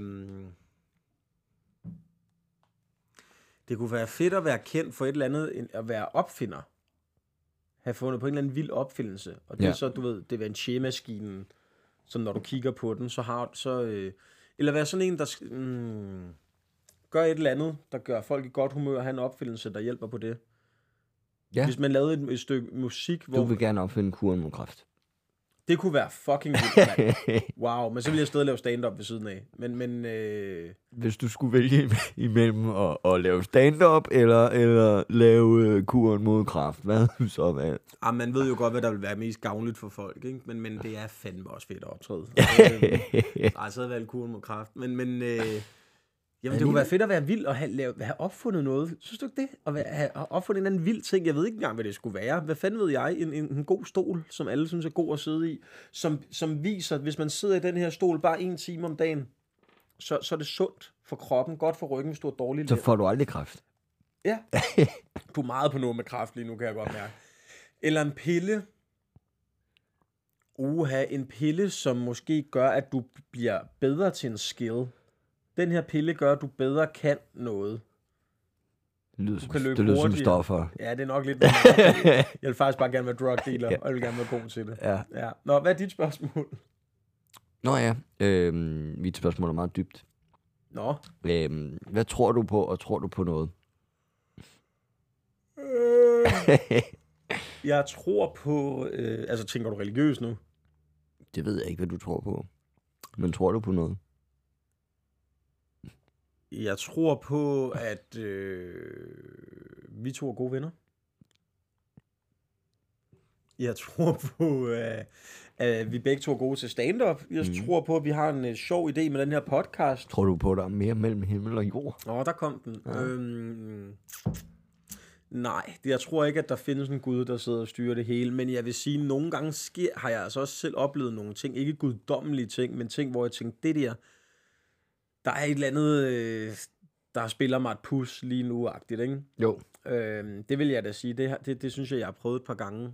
Det kunne være fedt at være kendt for et eller andet, at være opfinder. Have fundet på en eller anden vild opfindelse. Og det er så, du ved, det er en skemaskinen, som når du kigger på den, så har eller være sådan en, der gør et eller andet, der gør folk i godt humør, og have en opfindelse, der hjælper på det. Ja. Hvis man lavede et stykke musik, hvor... Du vil gerne opfinde kuren mod kræft. Det kunne være fucking vildt. Wow, men så ville jeg stadig lave stand-up ved siden af. Men hvis du skulle vælge imellem at lave stand-up, eller lave kuren mod kræft, hvad ville du så være? Man ved jo godt, hvad der vil være mest gavnligt for folk, ikke? Men det er fandme også fedt at optræde. Så havde valgt kuren mod kræft. Men jamen, det kunne være fedt at være vild og have opfundet noget. Synes du ikke det? At have opfundet en anden vild ting. Jeg ved ikke engang, hvad det skulle være. Hvad fanden ved jeg? En god stol, som alle synes er god at sidde i. Som viser, at hvis man sidder i den her stol bare 1 time om dagen, så er det sundt for kroppen, godt for ryggen, hvis du er dårlig. Så får du aldrig kræft. Ja. Du er meget på noget med kræft lige nu, kan jeg godt mærke. Eller en pille. En pille, som måske gør, at du bliver bedre til en skill. Den her pille gør, at du bedre kan noget. Det lyder som stoffer. Ja, det er nok lidt... Jeg vil faktisk bare gerne være drug dealer, og jeg vil gerne være god til det. Ja. Nå, hvad er dit spørgsmål? Nå ja, mit spørgsmål er meget dybt. Nå. Hvad tror du på, og tror du på noget? Jeg tror på... altså, tænker du religiøs nu? Det ved jeg ikke, hvad du tror på. Men tror du på noget? Jeg tror på, at vi to er gode venner. Jeg tror på, at vi begge to er gode til stand-up. Jeg tror på, at vi har en sjov idé med den her podcast. Tror du på, at der er mere mellem himmel og jord? Der kom den. Ja. Nej, jeg tror ikke, at der findes en Gud, der sidder og styrer det hele. Men jeg vil sige, at nogle gange har jeg altså også selv oplevet nogle ting. Ikke guddommelige ting, men ting, hvor jeg tænkte, der er et eller andet, der spiller mig et pus lige nu-agtigt, ikke? Jo. Det vil jeg da sige. Det synes jeg har prøvet et par gange.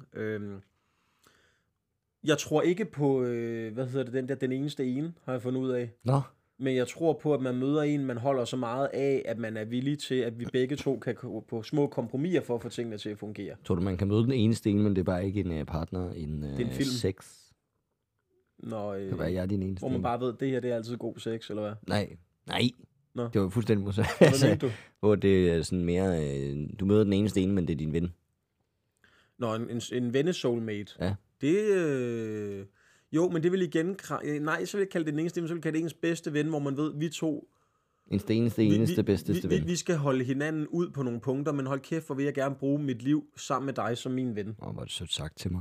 Jeg tror ikke på, den eneste ene, har jeg fundet ud af. Nå. Men jeg tror på, at man møder en, man holder så meget af, at man er villig til, at vi begge to kan gå på små kompromiser for at få tingene til at fungere. Tror du, man kan møde den eneste en, men det er bare ikke en partner, en film. sex? Når, det kan være, jeg er din eneste. Hvor man bare ved, at det her det er altid god sex, eller hvad? Nej. Nå. Det var fuldstændig modsat. Hvad mente du? Hvor det er sådan mere, du møder den eneste ene, men det er din ven. Nå, en venne-soulmate. Ja. Det, jo, men det vil igen... Nej, så vil jeg kalde det den eneste, så vil jeg kalde det ens bedste ven, hvor man ved, vi to... Eneste bedste ven. Vi skal holde hinanden ud på nogle punkter, men hold kæft, hvor vil jeg gerne bruge mit liv sammen med dig som min ven. Hvor er det sødt sagt til mig.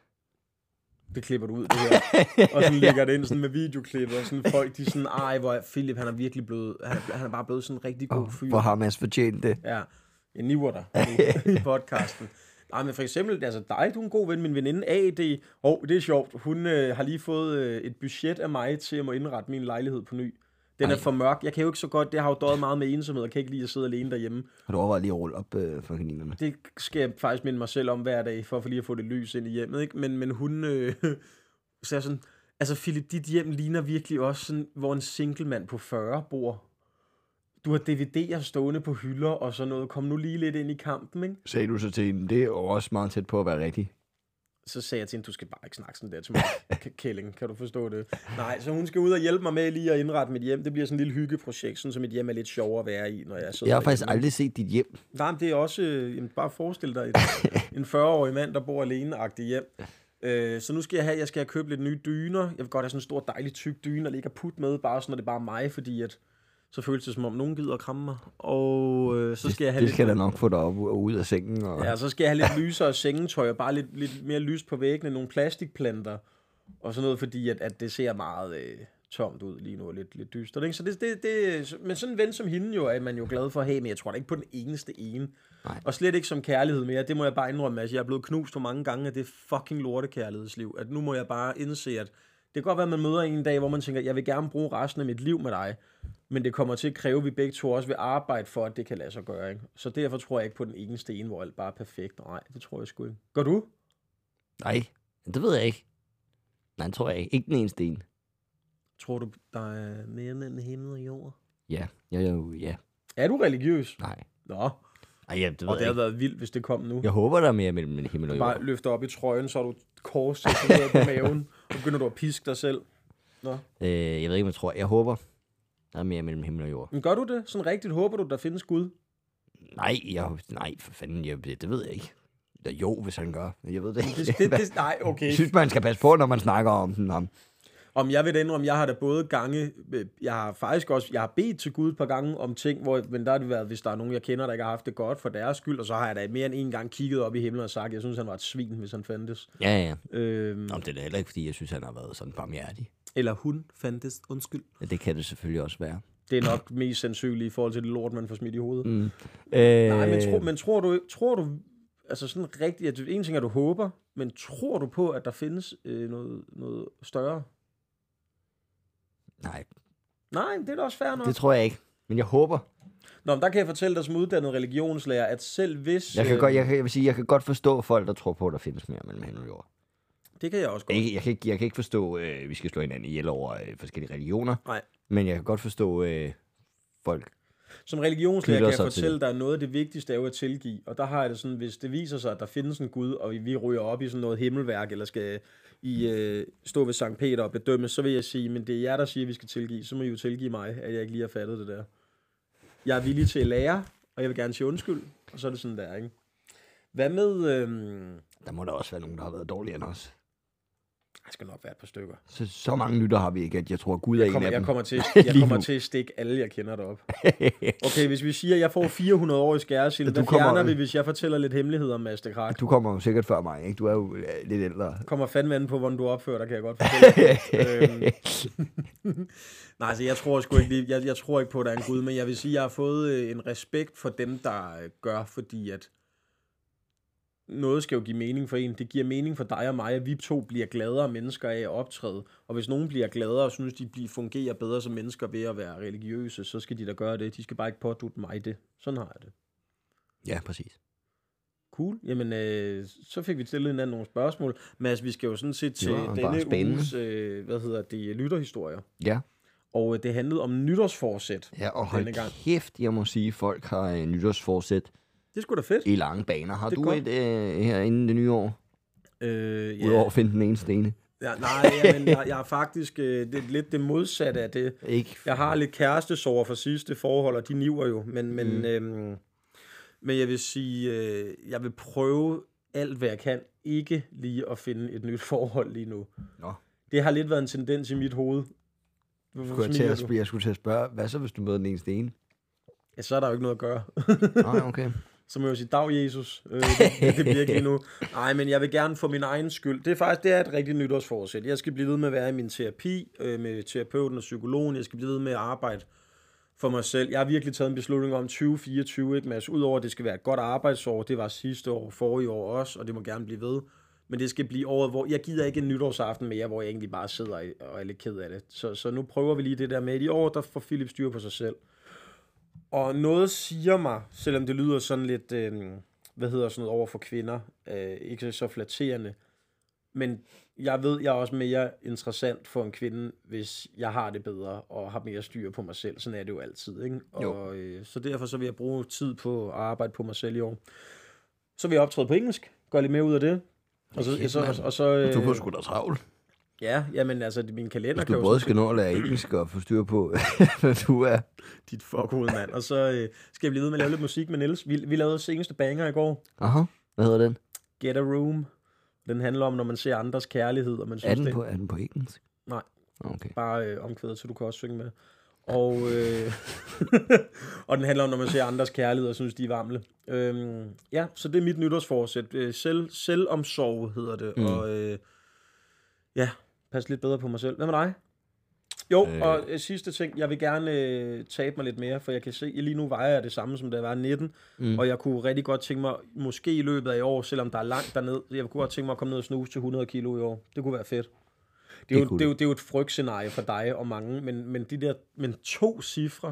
Det klipper du ud, det her. Og så lægger det ind sådan med videoklip, og sådan folk, de sådan, hvor er Philip, han er virkelig blevet, han er bare blevet sådan en rigtig god fyr. Hvor har Mads fortjent det? Ja, jeg niver dig i podcasten. Nej, men for eksempel, altså dig, du er en god ven, min veninde AD, det er sjovt, hun har lige fået et budget af mig til at må indrette min lejlighed på ny. Den er for mørk. Jeg kan jo ikke så godt, det har jo døjet meget med ensomhed, og kan ikke lide at sidde alene derhjemme. Har du overvejet lige at rulle op for kaninerne? Det skal jeg faktisk minde mig selv om hver dag, for lige at få det lys ind i hjemmet, ikke? Men hun sagde sådan, altså Philip, dit hjem ligner virkelig også sådan, hvor en single mand på 40 bor. Du har DVD'er stående på hylder og sådan noget. Kom nu lige lidt ind i kampen, ikke? Sagde du så til hende, det er jo også meget tæt på at være rigtigt. Så sagde jeg til hende, du skal bare ikke snakke sådan der til mig, Kælling, kan du forstå det? Nej, så hun skal ud og hjælpe mig med lige at indrette mit hjem. Det bliver sådan en lille hyggeprojekt, sådan så mit hjem er lidt sjovere at være i, når jeg sidder. Jeg har faktisk aldrig set dit hjem. Nej, men det er også, bare forestil dig en 40-årig mand, der bor alene-agtig hjem. Så nu skal jeg skal have købt lidt nye dyner. Jeg vil godt have sådan en stor, dejlig, tyk dyne, der ligger put med, bare sådan, når det er bare mig, fordi at så føles det som om nogen gider at kramme mig. Og så skal jeg have det skal da nok få dig op og ud af sengen. Og... Ja, så skal jeg have lidt lysere sengetøj, og bare lidt mere lys på væggene, nogle plastikplanter, og sådan noget, fordi at det ser meget tomt ud lige nu, lidt dystert. Ikke? Så men sådan en ven som hende jo, er man jo glad for at have, men jeg tror da ikke på den eneste ene. Nej. Og slet ikke som kærlighed mere, det må jeg bare indrømme, altså jeg er blevet knust for mange gange af det fucking lortekærlighedsliv, at nu må jeg bare indse, at det kan godt være, at man møder en dag, hvor man tænker, jeg vil gerne bruge resten af mit liv med dig, men det kommer til at kræve, at vi begge to også vil arbejde for, at det kan lade sig gøre. Ikke? Så derfor tror jeg ikke på den eneste ene, hvor alt bare er perfekt. Nej, det tror jeg sgu ikke. Gør du? Nej, det ved jeg ikke. Nej, det tror jeg ikke. Ikke den eneste en. Tror du, der er mere mellem himmel og jord? Ja. Er du religiøs? Nej. Nå. Ej, ja, det og det havde været vildt, hvis det kom nu. Jeg håber, der er mere mellem himmel og jord. Bare løfter op i trøjen, så er du kors til på maven, og begynder du at piske dig selv. Nå. Jeg ved ikke, hvad jeg tror. Jeg håber, der er mere mellem himmel og jord. Men gør du det? Sådan rigtigt? Håber du, der findes Gud? Nej, for fanden, det ved jeg ikke. Jo, hvis han gør. Jeg ved det ikke. Nej, okay. Jeg synes, man skal passe på, når man snakker om den. Om jeg vil da indrømme, jeg har da både gange, jeg har bedt til Gud et par gange om ting, men der har det været, hvis der er nogen, jeg kender, der ikke har haft det godt for deres skyld, og så har jeg da mere end en gang kigget op i himlen og sagt, jeg synes, han var et svin, hvis han fandtes. Ja. Det er da heller ikke, fordi jeg synes, han har været sådan barmhjertig. Eller hun fandtes, undskyld. Ja, det kan det selvfølgelig også være. Det er nok mest sandsynligt i forhold til det lort, man får smidt i hovedet. Nej, men tror du, altså sådan rigtigt, at en ting er, du håber, men tror du på, at der findes noget større? Nej, det er da også fair nok. Det tror jeg ikke, men jeg håber. Nå, men der kan jeg fortælle dig som uddannet religionslærer, at selv hvis... Jeg kan godt forstå folk, der tror på, at der findes mere mellem himmel og jord. Det kan jeg også godt. Jeg kan ikke forstå, at vi skal slå hinanden ihjel over forskellige religioner. Nej. Men jeg kan godt forstå folk. Som religionslærer kan jeg fortælle dig, at noget af det vigtigste er jo at tilgive. Og der har jeg det sådan, hvis det viser sig, at der findes en Gud, og vi ryger op i sådan noget himmelværk, eller skal stå ved Sankt Peter og bedømmes, så vil jeg sige, men det er jer, der siger, at vi skal tilgive. Så må I jo tilgive mig, at jeg ikke lige har fattet det der. Jeg er villig til at lære, og jeg vil gerne sige undskyld. Og så er det sådan der, ikke? Hvad med... Der må der også være nogen, der har været dårligere end os. Der skal nok være et par stykker. Så mange lytter har vi ikke, at jeg tror, Gud er en af dem. Jeg kommer til at stikke alle, jeg kender derop. Okay, hvis vi siger, at jeg får 400 år i skæresild, hvad fjerner vi, hvis jeg fortæller lidt hemmeligheder om Master Krak? Du kommer jo sikkert før mig, ikke? Du er jo lidt ældre. Kommer fandme an på, hvordan du opfører dig, kan jeg godt fortælle. Nej, altså jeg tror ikke på, at der er en Gud, men jeg vil sige, at jeg har fået en respekt for dem, der gør, fordi at noget skal jo give mening for en. Det giver mening for dig og mig, at vi to bliver gladere mennesker af at optræde. Og hvis nogen bliver gladere og synes, de fungerer bedre som mennesker ved at være religiøse, så skal de da gøre det. De skal bare ikke pådutte mig det. Sådan har jeg det. Ja, præcis. Cool. Jamen, så fik vi stillet hinanden nogle spørgsmål. Men vi skal jo sådan set til denne uges, lytterhistorier. Ja. Og det handlede om nytårsforsæt. Ja, og hold kæft, jeg må sige, folk har nytårsforsæt. Det er sgu da fedt. I lange baner. Har du et her inden det nye år? Udover at finde den ene stene. Ja, nej, jeg er faktisk lidt det modsatte af det. Ikke. Jeg har lidt kærestesorger fra sidste forhold, og de niver jo. Men jeg vil sige, jeg vil prøve alt, hvad jeg kan, ikke lige at finde et nyt forhold lige nu. Nå. Det har lidt været en tendens i mit hoved. Jeg skulle til at spørge, hvad så, hvis du møder den ene stene? Ja, så er der jo ikke noget at gøre. Nej, okay. Så må jeg jo sige, dag Jesus, det bliver ikke lige nu. Nej, men jeg vil gerne få min egen skyld. Det er et rigtigt nytårsforsæt. Jeg skal blive ved med at være i min terapi, med terapeuten og psykologen. Jeg skal blive ved med at arbejde for mig selv. Jeg har virkelig taget en beslutning om 2024, ikke, Mads? Udover at det skal være et godt arbejdsår, det var sidste år, forrige år også, og det må gerne blive ved. Men det skal blive året, hvor jeg gider ikke en nytårsaften mere, hvor jeg egentlig bare sidder og er lidt ked af det. Så nu prøver vi lige det der med, at i år, der får Philip styr på sig selv. Og noget siger mig, selvom det lyder sådan lidt, over for kvinder, ikke så flatterende, men jeg ved, jeg er også mere interessant for en kvinde, hvis jeg har det bedre, og har mere styr på mig selv. Sådan er det jo altid, ikke? Og så derfor så vil jeg bruge tid på at arbejde på mig selv i år. Så vil jeg optræde på engelsk, gøre lidt mere ud af det. Og så du får sgu da travlt. Ja, jamen altså, min kalender kan jo... Du både skal nå at lære engelsk og få styr på, hvad du er. Dit fuckhoved, mand. Og så skal jeg blive ved med at lave lidt musik med Niels. Vi lavede seneste banger i går. Aha, hvad hedder den? Get a Room. Den handler om, når man ser andres kærlighed. Og man synes, er den på engelsk? Nej. Okay. Bare omkvædet, så du kan også synge med. Og, og den handler om, når man ser andres kærlighed og synes, de er varmle. Ja, så det er mit nytårsforsæt. Selvomsorg hedder det. Og ja, pas lidt bedre på mig selv. Hvad med dig? Jo, og sidste ting, jeg vil gerne tabe mig lidt mere, for jeg kan se, lige nu vejer jeg det samme, som da jeg var 19, og jeg kunne rigtig godt tænke mig, måske i løbet af i år, selvom der er langt derned, jeg kunne godt tænke mig at komme ned og snuse til 100 kilo i år. Det kunne være fedt. Det er jo et frygtscenarie for dig og mange, men 2 cifre,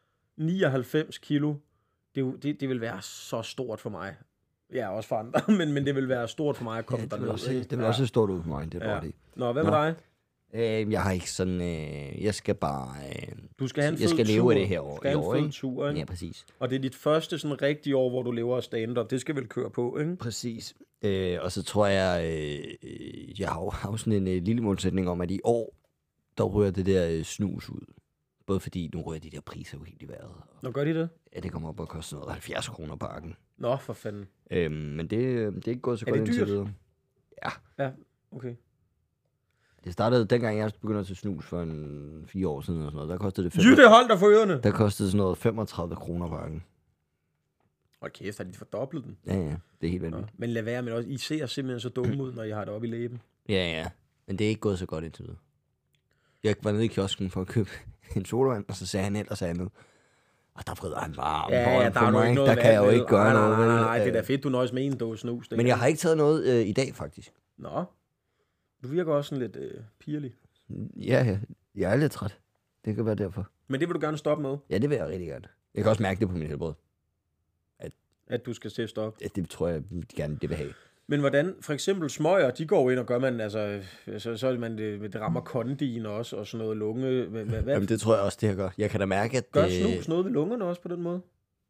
99 kilo, det vil være så stort for mig. Ja, også for andre, men det vil være stort for mig at komme derned. Det vil også se stort ud for mig, det er bare det. Nå, hvad med dig? Jeg har ikke sådan... jeg skal bare... Du skal have en jeg skal leve af det her år. Du skal have en fed tur, ikke? Ja, præcis. Og det er dit første sådan rigtige år, hvor du lever af stand-up. Det skal vel køre på, ikke? Præcis. Og så tror jeg... jeg har jo sådan en lille målsætning om, at i år, der rører det der snus ud. Både fordi nu rører de der priser jo helt i vejret. Nå, gør de det? Ja, det kommer op at koste noget 70 kroner pakken. Nå, for fanden. Men det er ikke gået så godt indtil videre. Ja, okay. Det startede, dengang jeg begyndte at tage snus for 4 år siden, og sådan noget, der kostede det... Jytte, hold dig for ørerne! Der kostede sådan noget 35 kroner pakken. Og kæft, har de fordoblet den? Ja, det er helt vanvittigt. Men lad være, men også, I ser simpelthen så dumme ud, når I har det oppe i læben. Ja, men det er ikke gået så godt indtil videre. Jeg var nede i kiosken for at købe en sodavand, og så sagde han ellers andet. Og der vrider han bare der mig. Der kan jeg jo ikke gøre noget. Nej, det er da fedt, du nøjes med en dåse snus. Men jeg har ikke taget noget i dag, faktisk. Nå, du virker også sådan lidt pirlig. Ja, jeg er lidt træt. Det kan være derfor. Men det vil du gerne stoppe med? Ja, det vil jeg rigtig gerne. Jeg kan også mærke det på min helbred. At du skal til at stoppe? Ja, det tror jeg gerne, det vil have. Men hvordan, for eksempel smøger, de går ind og gør man, altså, så er man det rammer kondien også, og sådan noget lunge. Jamen, det tror jeg også, det her gør. Jeg kan da mærke, at... Gør snus noget ved lungerne også på den måde?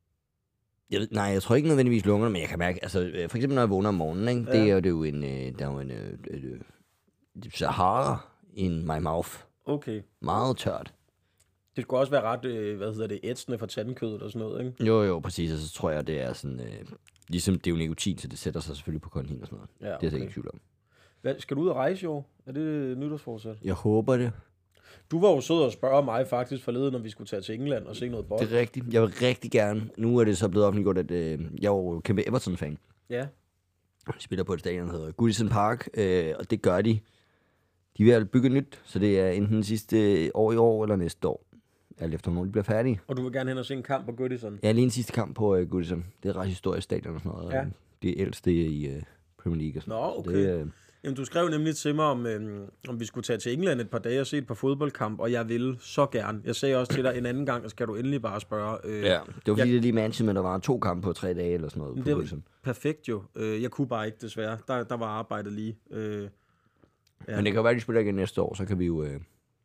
Jeg tror ikke nødvendigvis lungerne, men jeg kan mærke, altså, for eksempel når jeg vågner om morgenen, ikke, det er jo en, der er jo en Sahara in my mouth. Okay. Meget tørt. Det skulle også være ret, ætsende for tandkødet og sådan noget, ikke? Jo, præcis, og så tror jeg, det er sådan, ligesom det er jo nikotin, så det sætter sig selvfølgelig på kondien og sådan noget. Ja, okay. Det er jeg ikke tvivl om. Skal du ud og rejse i år? Er det nytårsforsæt? Jeg håber det. Du var jo sød og spørge mig faktisk forleden, når vi skulle tage til England og se noget bold. Det er rigtigt. Jeg vil rigtig gerne. Nu er det så blevet offentliggjort, at jeg er jo kæmpe Everton-fan. Ja. De spiller på et stadion, der hedder Goodison Park, og det gør de. De vil altså bygge nyt, så det er enten sidste år i år eller næste år. Alt efter når de bliver færdige. Og du vil gerne hen og se en kamp på Goodison? Ja, lige en sidste kamp på Goodison. Det er et ret historisk stadion og sådan noget. Ja. Det er ældste i Premier League og sådan Nå, okay. Det, Jamen, du skrev nemlig til mig, om vi skulle tage til England et par dage og se et par fodboldkamp, og jeg ville så gerne. Jeg sagde også til dig en anden gang, og skal du endelig bare spørge. ja, det var fordi, det lige Manchester, men der var 2 kampe på 3 dage eller sådan noget. Det var perfekt jo. Jeg kunne bare ikke, desværre. Der var arbejdet lige. Ja. Men det kan jo være, at de spiller igen næste år, så kan vi jo...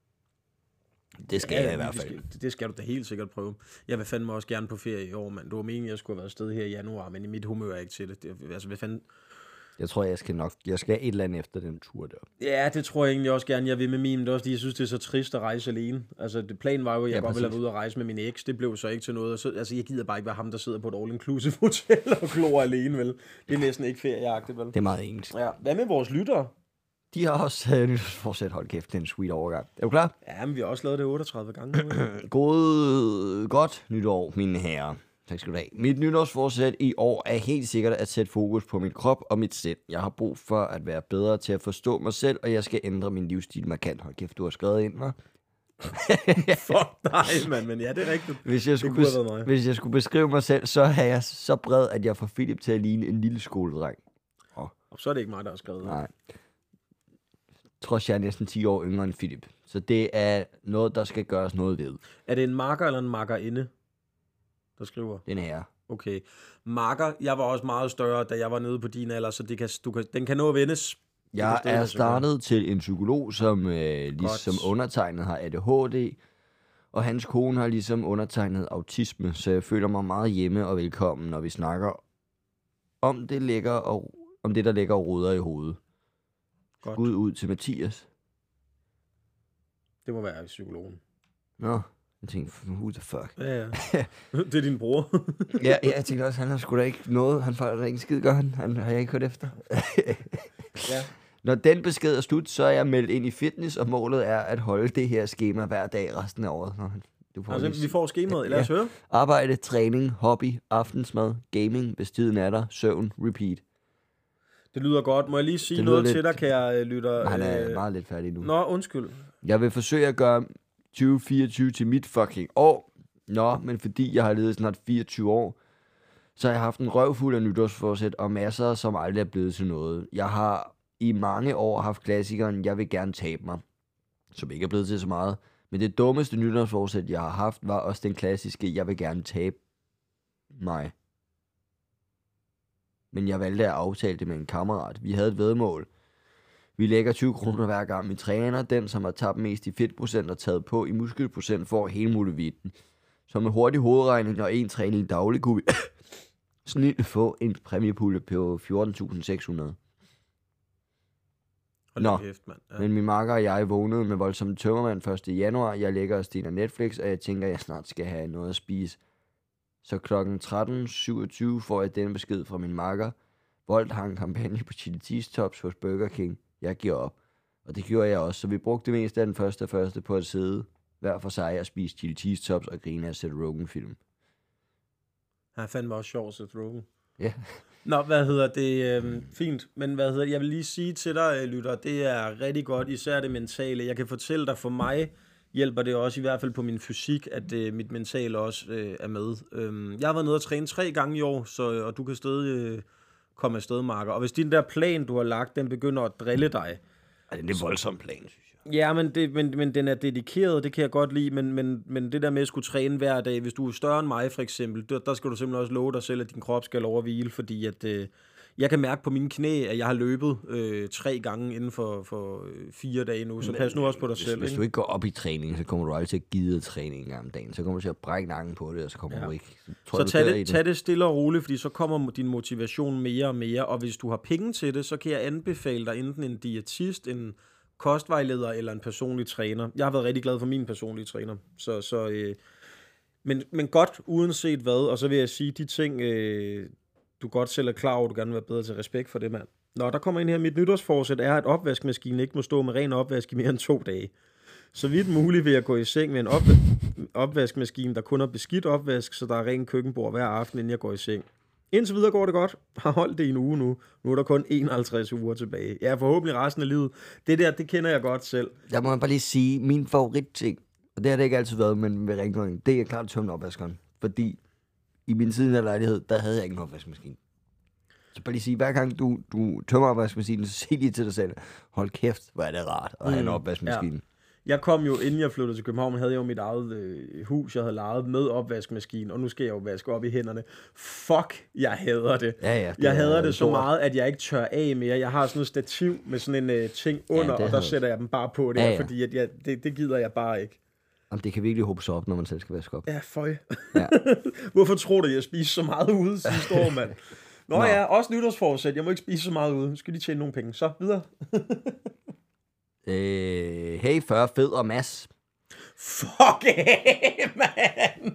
Det skal jeg i hvert fald. Det skal du da helt sikkert prøve. Jeg vil fandme også gerne på ferie i år, mand. Det var meningen, at jeg skulle have været afsted her i januar, men i mit humør er ikke til det. Altså, hvad fanden... Jeg tror, jeg skal et eller andet efter den tur der. Ja, det tror jeg egentlig også gerne, jeg vil med min. Det er også fordi, jeg synes, det er så trist at rejse alene. Altså, planen var jo, at jeg godt ville have været ude og rejse med min eks. Det blev så ikke til noget. Så, altså, jeg gider bare ikke være ham, der sidder på et all-inclusive hotel og glor alene, vel? Det er næsten ikke ferieagtigt, vel? Det er meget enkelt. Ja. Hvad med vores lyttere? De har også nytårsforsæt. Hold kæft, det er en sweet overgang. Er du klar? Ja, men vi har også lavet det 38 gange. Godt nytår, mine herrer. Tak skal du have. Mit nytårsforsæt i år er helt sikkert at sætte fokus på min krop og mit sind. Jeg har brug for at være bedre til at forstå mig selv, og jeg skal ændre min livsstil markant. Hold kæft, du har skrevet ind, hva'? Fuck dig, mand. Men ja, det er rigtigt. Hvis jeg skulle beskrive mig selv, så er jeg så bred, at jeg får Philip til at ligne en lille skoledreng. Og så er det ikke mig, der har skrevet. Nej. Trods jeg er næsten 10 år yngre end Philip. Så det er noget, der skal gøres noget ved. Er det en makker eller en makkerinde, der skriver? Den her. Okay. Makker, jeg var også meget større, da jeg var nede på din alder, så den kan nå at vendes. Jeg er startet til en psykolog, som ligesom undertegnet har ADHD, og hans kone har ligesom undertegnet autisme, så jeg føler mig meget hjemme og velkommen, når vi snakker om det, der ligger og roder i hovedet. Godt. Skud ud til Mathias. Det må være psykologen. Nå, jeg tænkte, who the fuck? Ja. Det er din bror. ja, jeg tænkte også, han har sgu da ikke noget. Han fejler da ikke skid, gør han har jeg ikke hørt efter. Ja. Når den besked er slut, så er jeg meldt ind i fitness, og målet er at holde det her skema hver dag resten af året. Vi får skemaet, lad os høre. Arbejde, træning, hobby, aftensmad, gaming, hvis tiden er der, søvn, repeat. Det lyder godt. Må jeg lige sige noget til dig, kære lytter? Han er meget lidt færdig nu. Nå, undskyld. Jeg vil forsøge at gøre 2024 til mit fucking år. Nå, men fordi jeg har levet snart 24 år, så har jeg haft en røvfuld af nytårsforsæt og masser, som aldrig er blevet til noget. Jeg har i mange år haft klassikeren, jeg vil gerne tabe mig, som ikke er blevet til så meget. Men det dummeste nytårsforsæt, jeg har haft, var også den klassiske, jeg vil gerne tabe mig. Men jeg valgte at aftale det med en kammerat. Vi havde et væddemål. Vi lægger 20 kroner hver gang vi træner. Den, som har tabt mest i fedtprocent og taget på i muskelprocent, får hele muligheden. Så med hurtig hovedregning og en træning dagligt kunne vi snit få en præmiepulje på 14.600. Nå, kæft, mand. Ja. Men min makker og jeg vågnede med voldsomme tømmermand 1. januar. Jeg lægger og stener Netflix, og jeg tænker, at jeg snart skal have noget at spise. Så klokken 13.27 får jeg denne besked fra min makker. Volt har en kampagne på chili cheese tops hos Burger King. Jeg giver op. Og det gjorde jeg også, så vi brugte det meste af den første på at sidde hver for sig og spise chili cheese tops og grine af Seth Rogen-film. Han fandme også sjov, Seth Rogen. Ja. Nå, fint. Men jeg vil lige sige til dig, lytter, det er rigtig godt, især det mentale. Jeg kan fortælle dig, for mig hjælper det også, i hvert fald på min fysik, at mit mentale også er med. Jeg har været nede og træne 3 gange i år, og du kan stadig komme afsted, Marker. Og hvis din der plan, du har lagt, den begynder at drille dig. Det er en voldsom plan, synes jeg. Ja, men den er dedikeret, det kan jeg godt lide, men det der med at skulle træne hver dag, hvis du er større end mig for eksempel, der skal du simpelthen også love dig selv, at din krop skal lov at hvile, fordi at jeg kan mærke på mine knæ, at jeg har løbet 3 gange inden for 4 dage nu, så pas nu også på dig selv. Hvis du ikke går op i træning, så kommer du aldrig til at gide træning en gang om dagen, så kommer du til at brække nakken på det, og så kommer du ikke. Så tag det stille og roligt, fordi så kommer din motivation mere og mere, og hvis du har penge til det, så kan jeg anbefale dig enten en diætist, en kostvejleder eller en personlig træner. Jeg har været rigtig glad for min personlige træner. Men godt uanset hvad, og så vil jeg sige, de ting, du godt selv er klar over, at du gerne vil være bedre til respekt for det, mand. Nå, der kommer ind her. Mit nytårsforsæt er, at opvaskemaskinen ikke må stå med ren opvask i mere end 2 dage. Så vidt muligt vil jeg gå i seng med en opvaskemaskine, der kun har beskidt opvask, så der er ren køkkenbord hver aften, inden jeg går i seng. Indtil videre går det godt. Har holdt det i en uge nu. Nu er der kun 51 uger tilbage. Ja, forhåbentlig resten af livet. Det der, det kender jeg godt selv. Der må man bare lige sige, min favoritting, og det har det ikke altid været, men ved rengøring, det er klart tømme opvaskeren. Fordi i min tidligere lejlighed, der havde jeg ikke en opvaskemaskine. Så bare lige sige, hver gang du tømmer opvaskemaskinen, så sig lige til dig selv, hold kæft, hvor er det rart at have en opvaskemaskine. Ja. Jeg kom jo, inden jeg flyttede til København, havde jeg jo mit eget hus, jeg havde lejet med opvaskemaskine, og nu skal jeg jo vaske op i hænderne. Fuck, jeg hader det. Ja, jeg hader det så meget, at jeg ikke tør af mere. Jeg har sådan et stativ med sådan en ting under, og der sætter jeg dem bare på det, fordi at det gider jeg bare ikke. Jamen, det kan virkelig håbe sig op, når man selv skal vaske op. Ja, føj. Ja. Hvorfor tror du, jeg spiste så meget ude sidste år, mand? Nå ja, også nytårsforsæt. Jeg må ikke spise så meget ude. Skal de tjene nogle penge? Så videre. Hey, 40 fed og Mads. Fuck mand.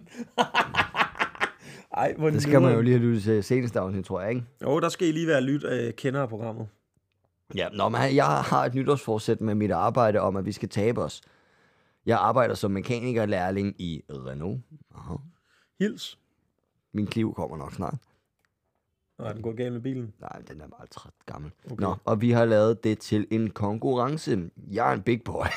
Ej, hvor det skal man jo lige have lyttet til seneste afsnit, tror jeg, ikke? Jo, der skal I lige være lyt kender af programmet. Ja, men jeg har et nytårsforsæt med mit arbejde om, at vi skal tabe os. Jeg arbejder som mekanikerlærling i Renault. Aha. Hils. Min Clio kommer nok snart. Nej, den går galt med bilen. Nej, den er meget træt gammel. Okay. Nå, og vi har lavet det til en konkurrence. Jeg er en big boy.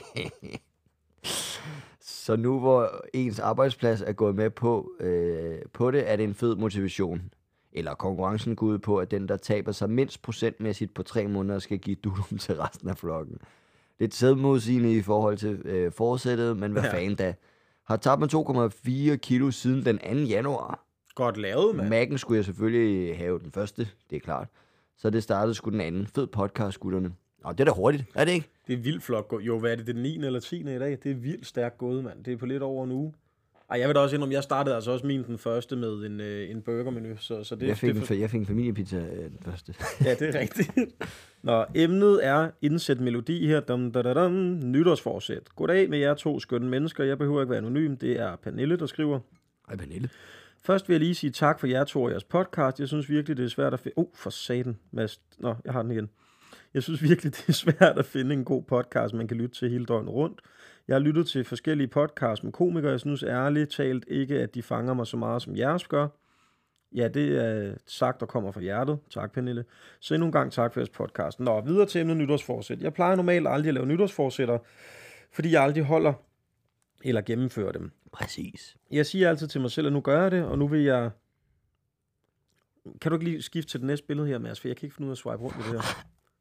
Så nu hvor ens arbejdsplads er gået med på det, er det en fed motivation. Eller konkurrencen går ud på, at den, der taber sig mindst procentmæssigt på 3 måneder, skal give dulum til resten af flokken. Lidt selvmodsigende i forhold til forsættet, men hvad fanden da? Har tabt med 2,4 kilo siden den 2. januar. Godt lavet, mand. Mac'en skulle jeg selvfølgelig have den første, det er klart. Så det startede sgu den anden. Fed podcast, gutterne. Og det er da hurtigt, er det ikke? Det er vildt flot gået. Jo, hvad er det, 9. eller 10. i dag? Det er vildt stærkt gået, mand. Det er på lidt over en uge. Ej, jeg vil da også indrømme, jeg startede altså også den første med en burgermenu. Så det, jeg fik en familiepizza den første. Ja, det er rigtigt. Nå, emnet er indsæt melodi her. Nytårsforsæt. Goddag med jer 2 skønne mennesker. Jeg behøver ikke være anonym. Det er Pernille, der skriver. Hej Pernille. Først vil jeg lige sige tak for jer 2 og jeres podcast. Jeg synes virkelig, det er svært at finde... for satan. Nå, jeg har den igen. Jeg synes virkelig, det er svært at finde en god podcast, man kan lytte til hele døgnet rundt. Jeg har lyttet til forskellige podcasts med komikere. Jeg synes ærligt talt ikke, at de fanger mig så meget, som jeres gør. Ja, det er sagt og kommer fra hjertet. Tak, Pernille. Så endnu en gang tak for jeres podcast. Nå, videre til emnet nytårsforsæt. Jeg plejer normalt aldrig at lave nytårsforsætter, fordi jeg aldrig holder eller gennemfører dem. Præcis. Jeg siger altid til mig selv, at nu gør jeg det, og nu vil jeg... Kan du ikke lige skifte til det næste billede her, Mads? For jeg kan ikke finde ud af at swipe rundt med det her.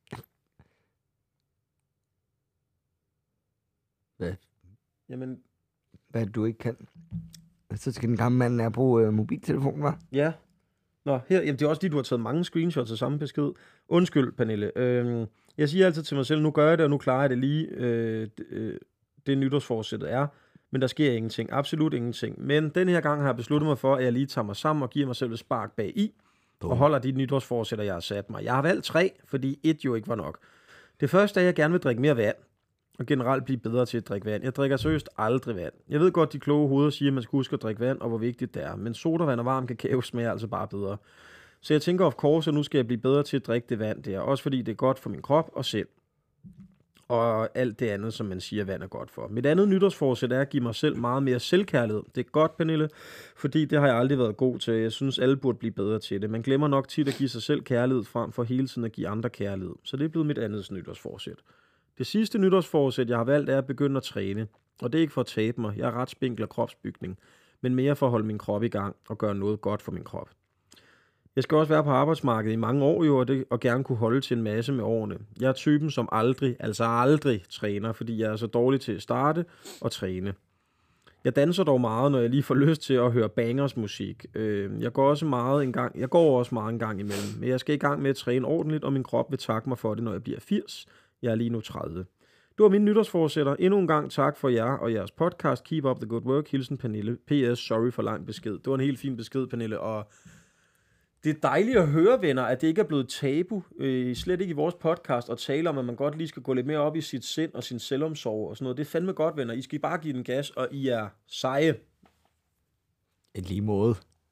Hvad? Jamen... Hvad du ikke kan? Så skal den gamle mand bruge mobiltelefonen, hva'? Ja. Nå, her, jamen, det er også fordi, du har taget mange screenshots af samme besked. Undskyld, Pernille. Jeg siger altid til mig selv, nu gør jeg det, og nu klarer jeg det lige. Det nytårsforsættet er. Men der sker ingenting. Absolut ingenting. Men den her gang har jeg besluttet mig for, at jeg lige tager mig sammen og giver mig selv et spark bag i. Og holder de nytårsforsætter, jeg har sat mig. Jeg har valgt 3, fordi 1 jo ikke var nok. Det første er, at jeg gerne vil drikke mere vand. Og generelt blive bedre til at drikke vand. Jeg drikker seriøst aldrig vand. Jeg ved godt, de kloge hoveder siger, at man skal huske at drikke vand, og hvor vigtigt det er. Men sodavand og varm kakao smager altså bare bedre. Så jeg tænker of course, at nu skal jeg blive bedre til at drikke det vand der. Også fordi det er godt for min krop og sind. Og alt det andet, som man siger, vand er godt for. Mit andet nytårsforsæt er at give mig selv meget mere selvkærlighed. Det er godt, Pernille, fordi det har jeg aldrig været god til. Jeg synes, alle burde blive bedre til det. Man glemmer nok tit at give sig selv kærlighed, frem for hele tiden at give andre kærlighed. Så det er blevet mit andet nytårsforsæt. Det sidste nytårsforsæt, jeg har valgt, er at begynde at træne. Og det er ikke for at tabe mig. Jeg er ret spinkel af kropsbygning. Men mere for at holde min krop i gang og gøre noget godt for min krop. Jeg skal også være på arbejdsmarkedet i mange år jo, og gerne kunne holde til en masse med årene. Jeg er typen, som aldrig træner, fordi jeg er så dårlig til at starte og træne. Jeg danser dog meget, når jeg lige får lyst til at høre bangers musik. Jeg går også meget en gang imellem, men jeg skal i gang med at træne ordentligt, og min krop vil takke mig for det, når jeg bliver 80. Jeg er lige nu 30. Det var mine nytårsforsætter. Endnu en gang tak for jer og jeres podcast. Keep up the good work. Hilsen Pernille. P.S. Sorry for lang besked. Det var en helt fin besked, Pernille, og det er dejligt at høre, venner, at det ikke er blevet tabu, slet ikke i vores podcast, at tale om, at man godt lige skal gå lidt mere op i sit sind og sin selvomsorg og sådan noget. Det er fandme godt, venner. I skal bare give den gas, og I er seje. En lige måde.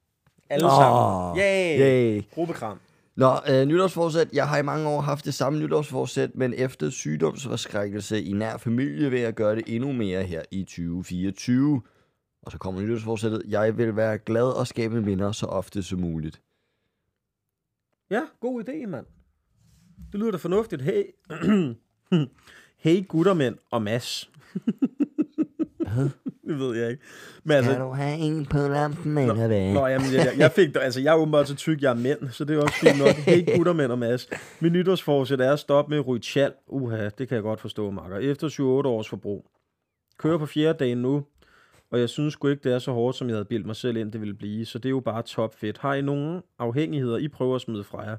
Alle sammen. Yay! Gruppekram. Nå, nytårsforsæt. Jeg har i mange år haft det samme nytårsforsæt, men efter sygdomsforskrækkelse i nær familie vil jeg gøre det endnu mere her i 2024. Og så kommer nytårsforsættet. Jeg vil være glad og skabe minder så ofte som muligt. Ja, god idé, mand. Det lyder da fornuftigt. Hey, hey guttermænd og Mads. Hvad? Det ved jeg ikke. Men altså, kan du have en på lampen, eller hvad? Nå, jamen, jeg fik, altså, jeg er åbenbart så tyk, jeg er mænd, så det er også fint nok. Hey guttermænd og Mads. Min nytårsforsæt er at stoppe med at ryge tjal. Det kan jeg godt forstå, makker. Efter 7-8 års forbrug. Kører på 4. dagen nu, og jeg synes sgu ikke, det er så hårdt, som jeg havde bildt mig selv ind, det ville blive. Så det er jo bare topfedt. Har I nogle afhængigheder, I prøver at smide fra jer?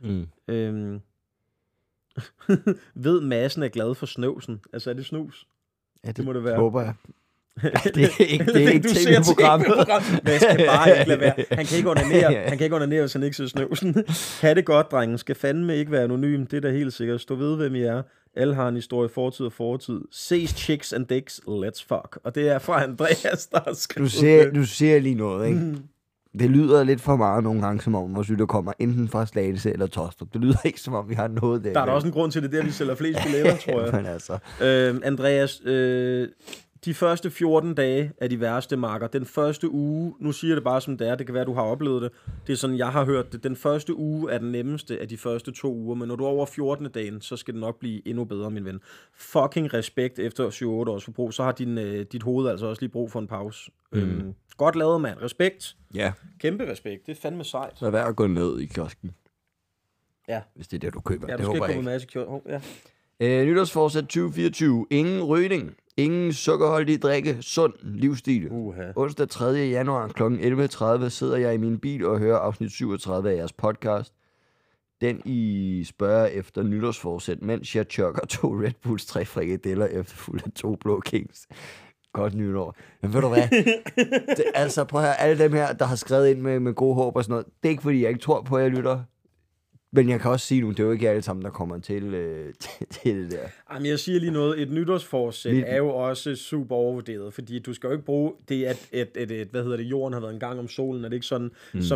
Ved Madsen er glad for snøvsen. Altså, er det snus? Ja, det må det være. Håber jeg. det er ikke TV-programmet. Mads kan bare ikke lade være. Han kan ikke onanere, hvis han ikke ser snøvsen. Ha' det godt, drengen. Skal fandme ikke være anonym. Det er da helt sikkert. Stå ved, hvem I er. Alle har en historie, fortid og fortid. Ses, chicks and dicks, let's fuck. Og det er fra Andreas, der har skrevet. Du ser lige noget, ikke? Det lyder lidt for meget nogle gange, som om vores lytter kommer enten fra Slagelse eller Tostrup. Det lyder ikke, som om vi har noget der. Der er da også en grund til det, der vi sælger flest billetter, tror jeg. Men altså. Andreas, de første 14 dage er de værste, marker. Den første uge, nu siger jeg det bare som det er, det kan være, du har oplevet det. Det er sådan, jeg har hørt det. Den første uge er den nemmeste af de første 2 uger, men når du er over 14. dagen, så skal det nok blive endnu bedre, min ven. Fucking respekt efter 7-8 års forbrug, så har dit hoved altså også lige brug for en pause. Godt lavet, mand. Respekt. Ja. Kæmpe respekt. Det er fandme sejt. Så er værd at gå ned i kiosken. Ja. Hvis det er det, du køber. Ja, du det skal håber ikke komme med kiosken. Ja. Nytårsforsæt 2024. Ingen rygning. Ingen sukkerholdig drikke. Sund livsstil. Onsdag 3. januar kl. 11.30 sidder jeg i min bil og hører afsnit 37 af jeres podcast. Den I spørger efter nytårsforsæt, mens jeg chokker 2 Red Bulls, 3 frikadeller efterfulgt af 2 Blå Kings. Godt nytår. Men ved du hvad? Altså prøv at høre, alle dem her, der har skrevet ind med gode håb og sådan noget, det er ikke fordi, jeg ikke tror på, at jeg lytter. Men jeg kan også sige nu, det er jo ikke alle sammen, der kommer til det der. Jamen, jeg siger lige noget. Et nytårsforsæt er jo også super overvurderet, fordi du skal jo ikke bruge det, at jorden har været en gang om solen, er det ikke sådan,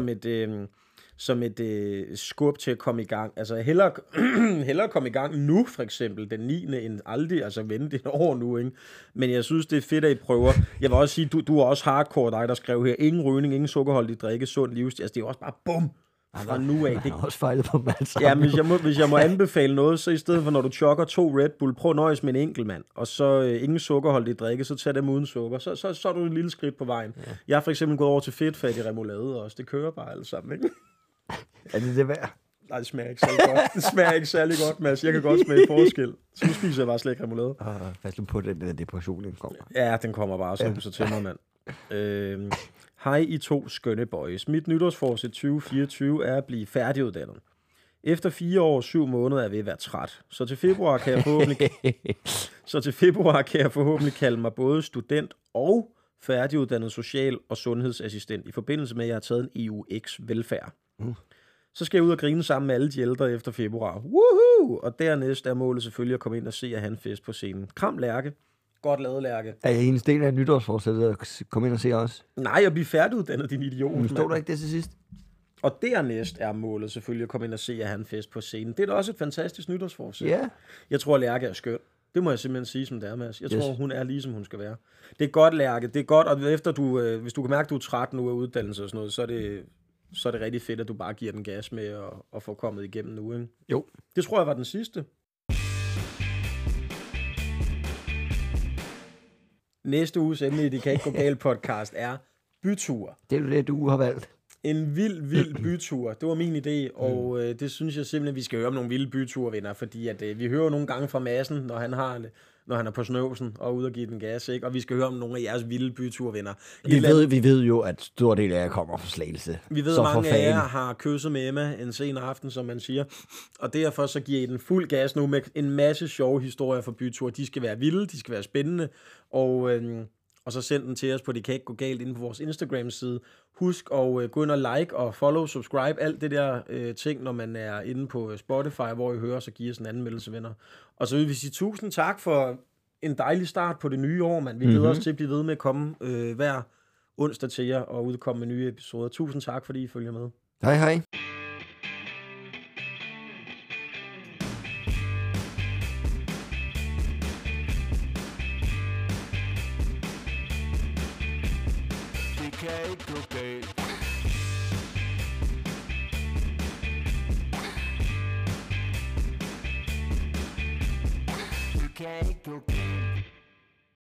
som et skub til at komme i gang. Altså hellere komme i gang nu, for eksempel, den 9. end aldrig, altså vente et år nu, ikke? Men jeg synes, det er fedt, at I prøver. Jeg vil også sige, du er også hardcore, dig, der skrev her, ingen rygning, ingen sukkerholdig drikke, sund livsstil. Altså, det er også bare bum! Fra nu af. Jeg har også fejlet på dem alle sammen. Ja, hvis jeg må anbefale noget, så i stedet for, når du chokker 2 Red Bull, prøv at nøjes med en enkelt mand, og så ingen sukkerholdig drikke, så tag dem uden sukker. Så er du et lille skridt på vejen. Ja. Jeg har for eksempel gået over til fedtfattig remoulade også. Det kører bare alle sammen, ikke? Er det værd? Nej, det smager ikke særlig godt. Det smager ikke særlig godt, Mads. Jeg kan godt smage forskel. Så nu spiser jeg bare slet ikke remoulade. Fast nu på den der depression, den kommer. Ja, den kommer bare så til mig, mand. Hej I 2 skønne boys. Mit nytårsforsæt 2024 er at blive færdiguddannet. Efter 4 år og 7 måneder er jeg ved at være træt. Så til februar kan jeg forhåbentlig kalde mig både student og færdiguddannet social- og sundhedsassistent i forbindelse med, at jeg har taget en EUX velfærd. Så skal jeg ud og grine sammen med alle de ældre efter februar. Woohoo! Og dernæst er målet selvfølgelig at komme ind og se Hanfest på scenen. Kram Lærke. Godt lavet, Lærke. Er jeg en del af nytårsforsættet at komme ind og se os? Nej, jeg bliver færdiguddannet, din idiot. Men stod der ikke det til sidst? Og dernæst er målet selvfølgelig at komme ind og se Hanfest på scenen. Det er da også et fantastisk nytårsforsæt. Ja. Jeg tror, Lærke er skøn. Det må jeg simpelthen sige, som det er, Mads. Jeg tror, hun er lige, som hun skal være. Det er godt, Lærke. Det er godt, og efter hvis du kan mærke, at du er træt nu af uddannelse og sådan noget, så er det rigtig fedt, at du bare giver den gas med at få kommet igennem nu, ikke? Jo. Det tror jeg var den sidste. Næste uges emne i Det Kan Ikke Gå Galt podcast er bytur. Det er jo det, du har valgt. En vild bytur. Det var min idé, og det synes jeg simpelthen, vi skal høre om nogle vilde byturvenner, fordi at, vi hører nogle gange fra Madsen, når han er på snøvsen og ude og give den gas, ikke? Og vi skal høre om nogle af jeres vilde byturvenner. Vi ved jo, at stor del af jer kommer fra Slagelse. Vi ved, at mange af jer har kysset med Emma en sen aften, som man siger. Og derfor så giver I den fuld gas nu med en masse sjove historier fra bytur. De skal være vilde, de skal være spændende, og så send den til os på Det Kan Ikke Gå Galt inde på vores Instagram-side. Husk at gå ind og like og follow, subscribe, alt det der ting, når man er inde på Spotify, hvor I hører, så giver os en anmeldelse, venner. Og så vil vi sige 1000 tak for en dejlig start på det nye år, mand. Vi glæder os til at blive ved med at komme hver onsdag til jer og udkomme med nye episoder. Tusind tak, fordi I følger med. Hej hej. Det kan ikke gå galt.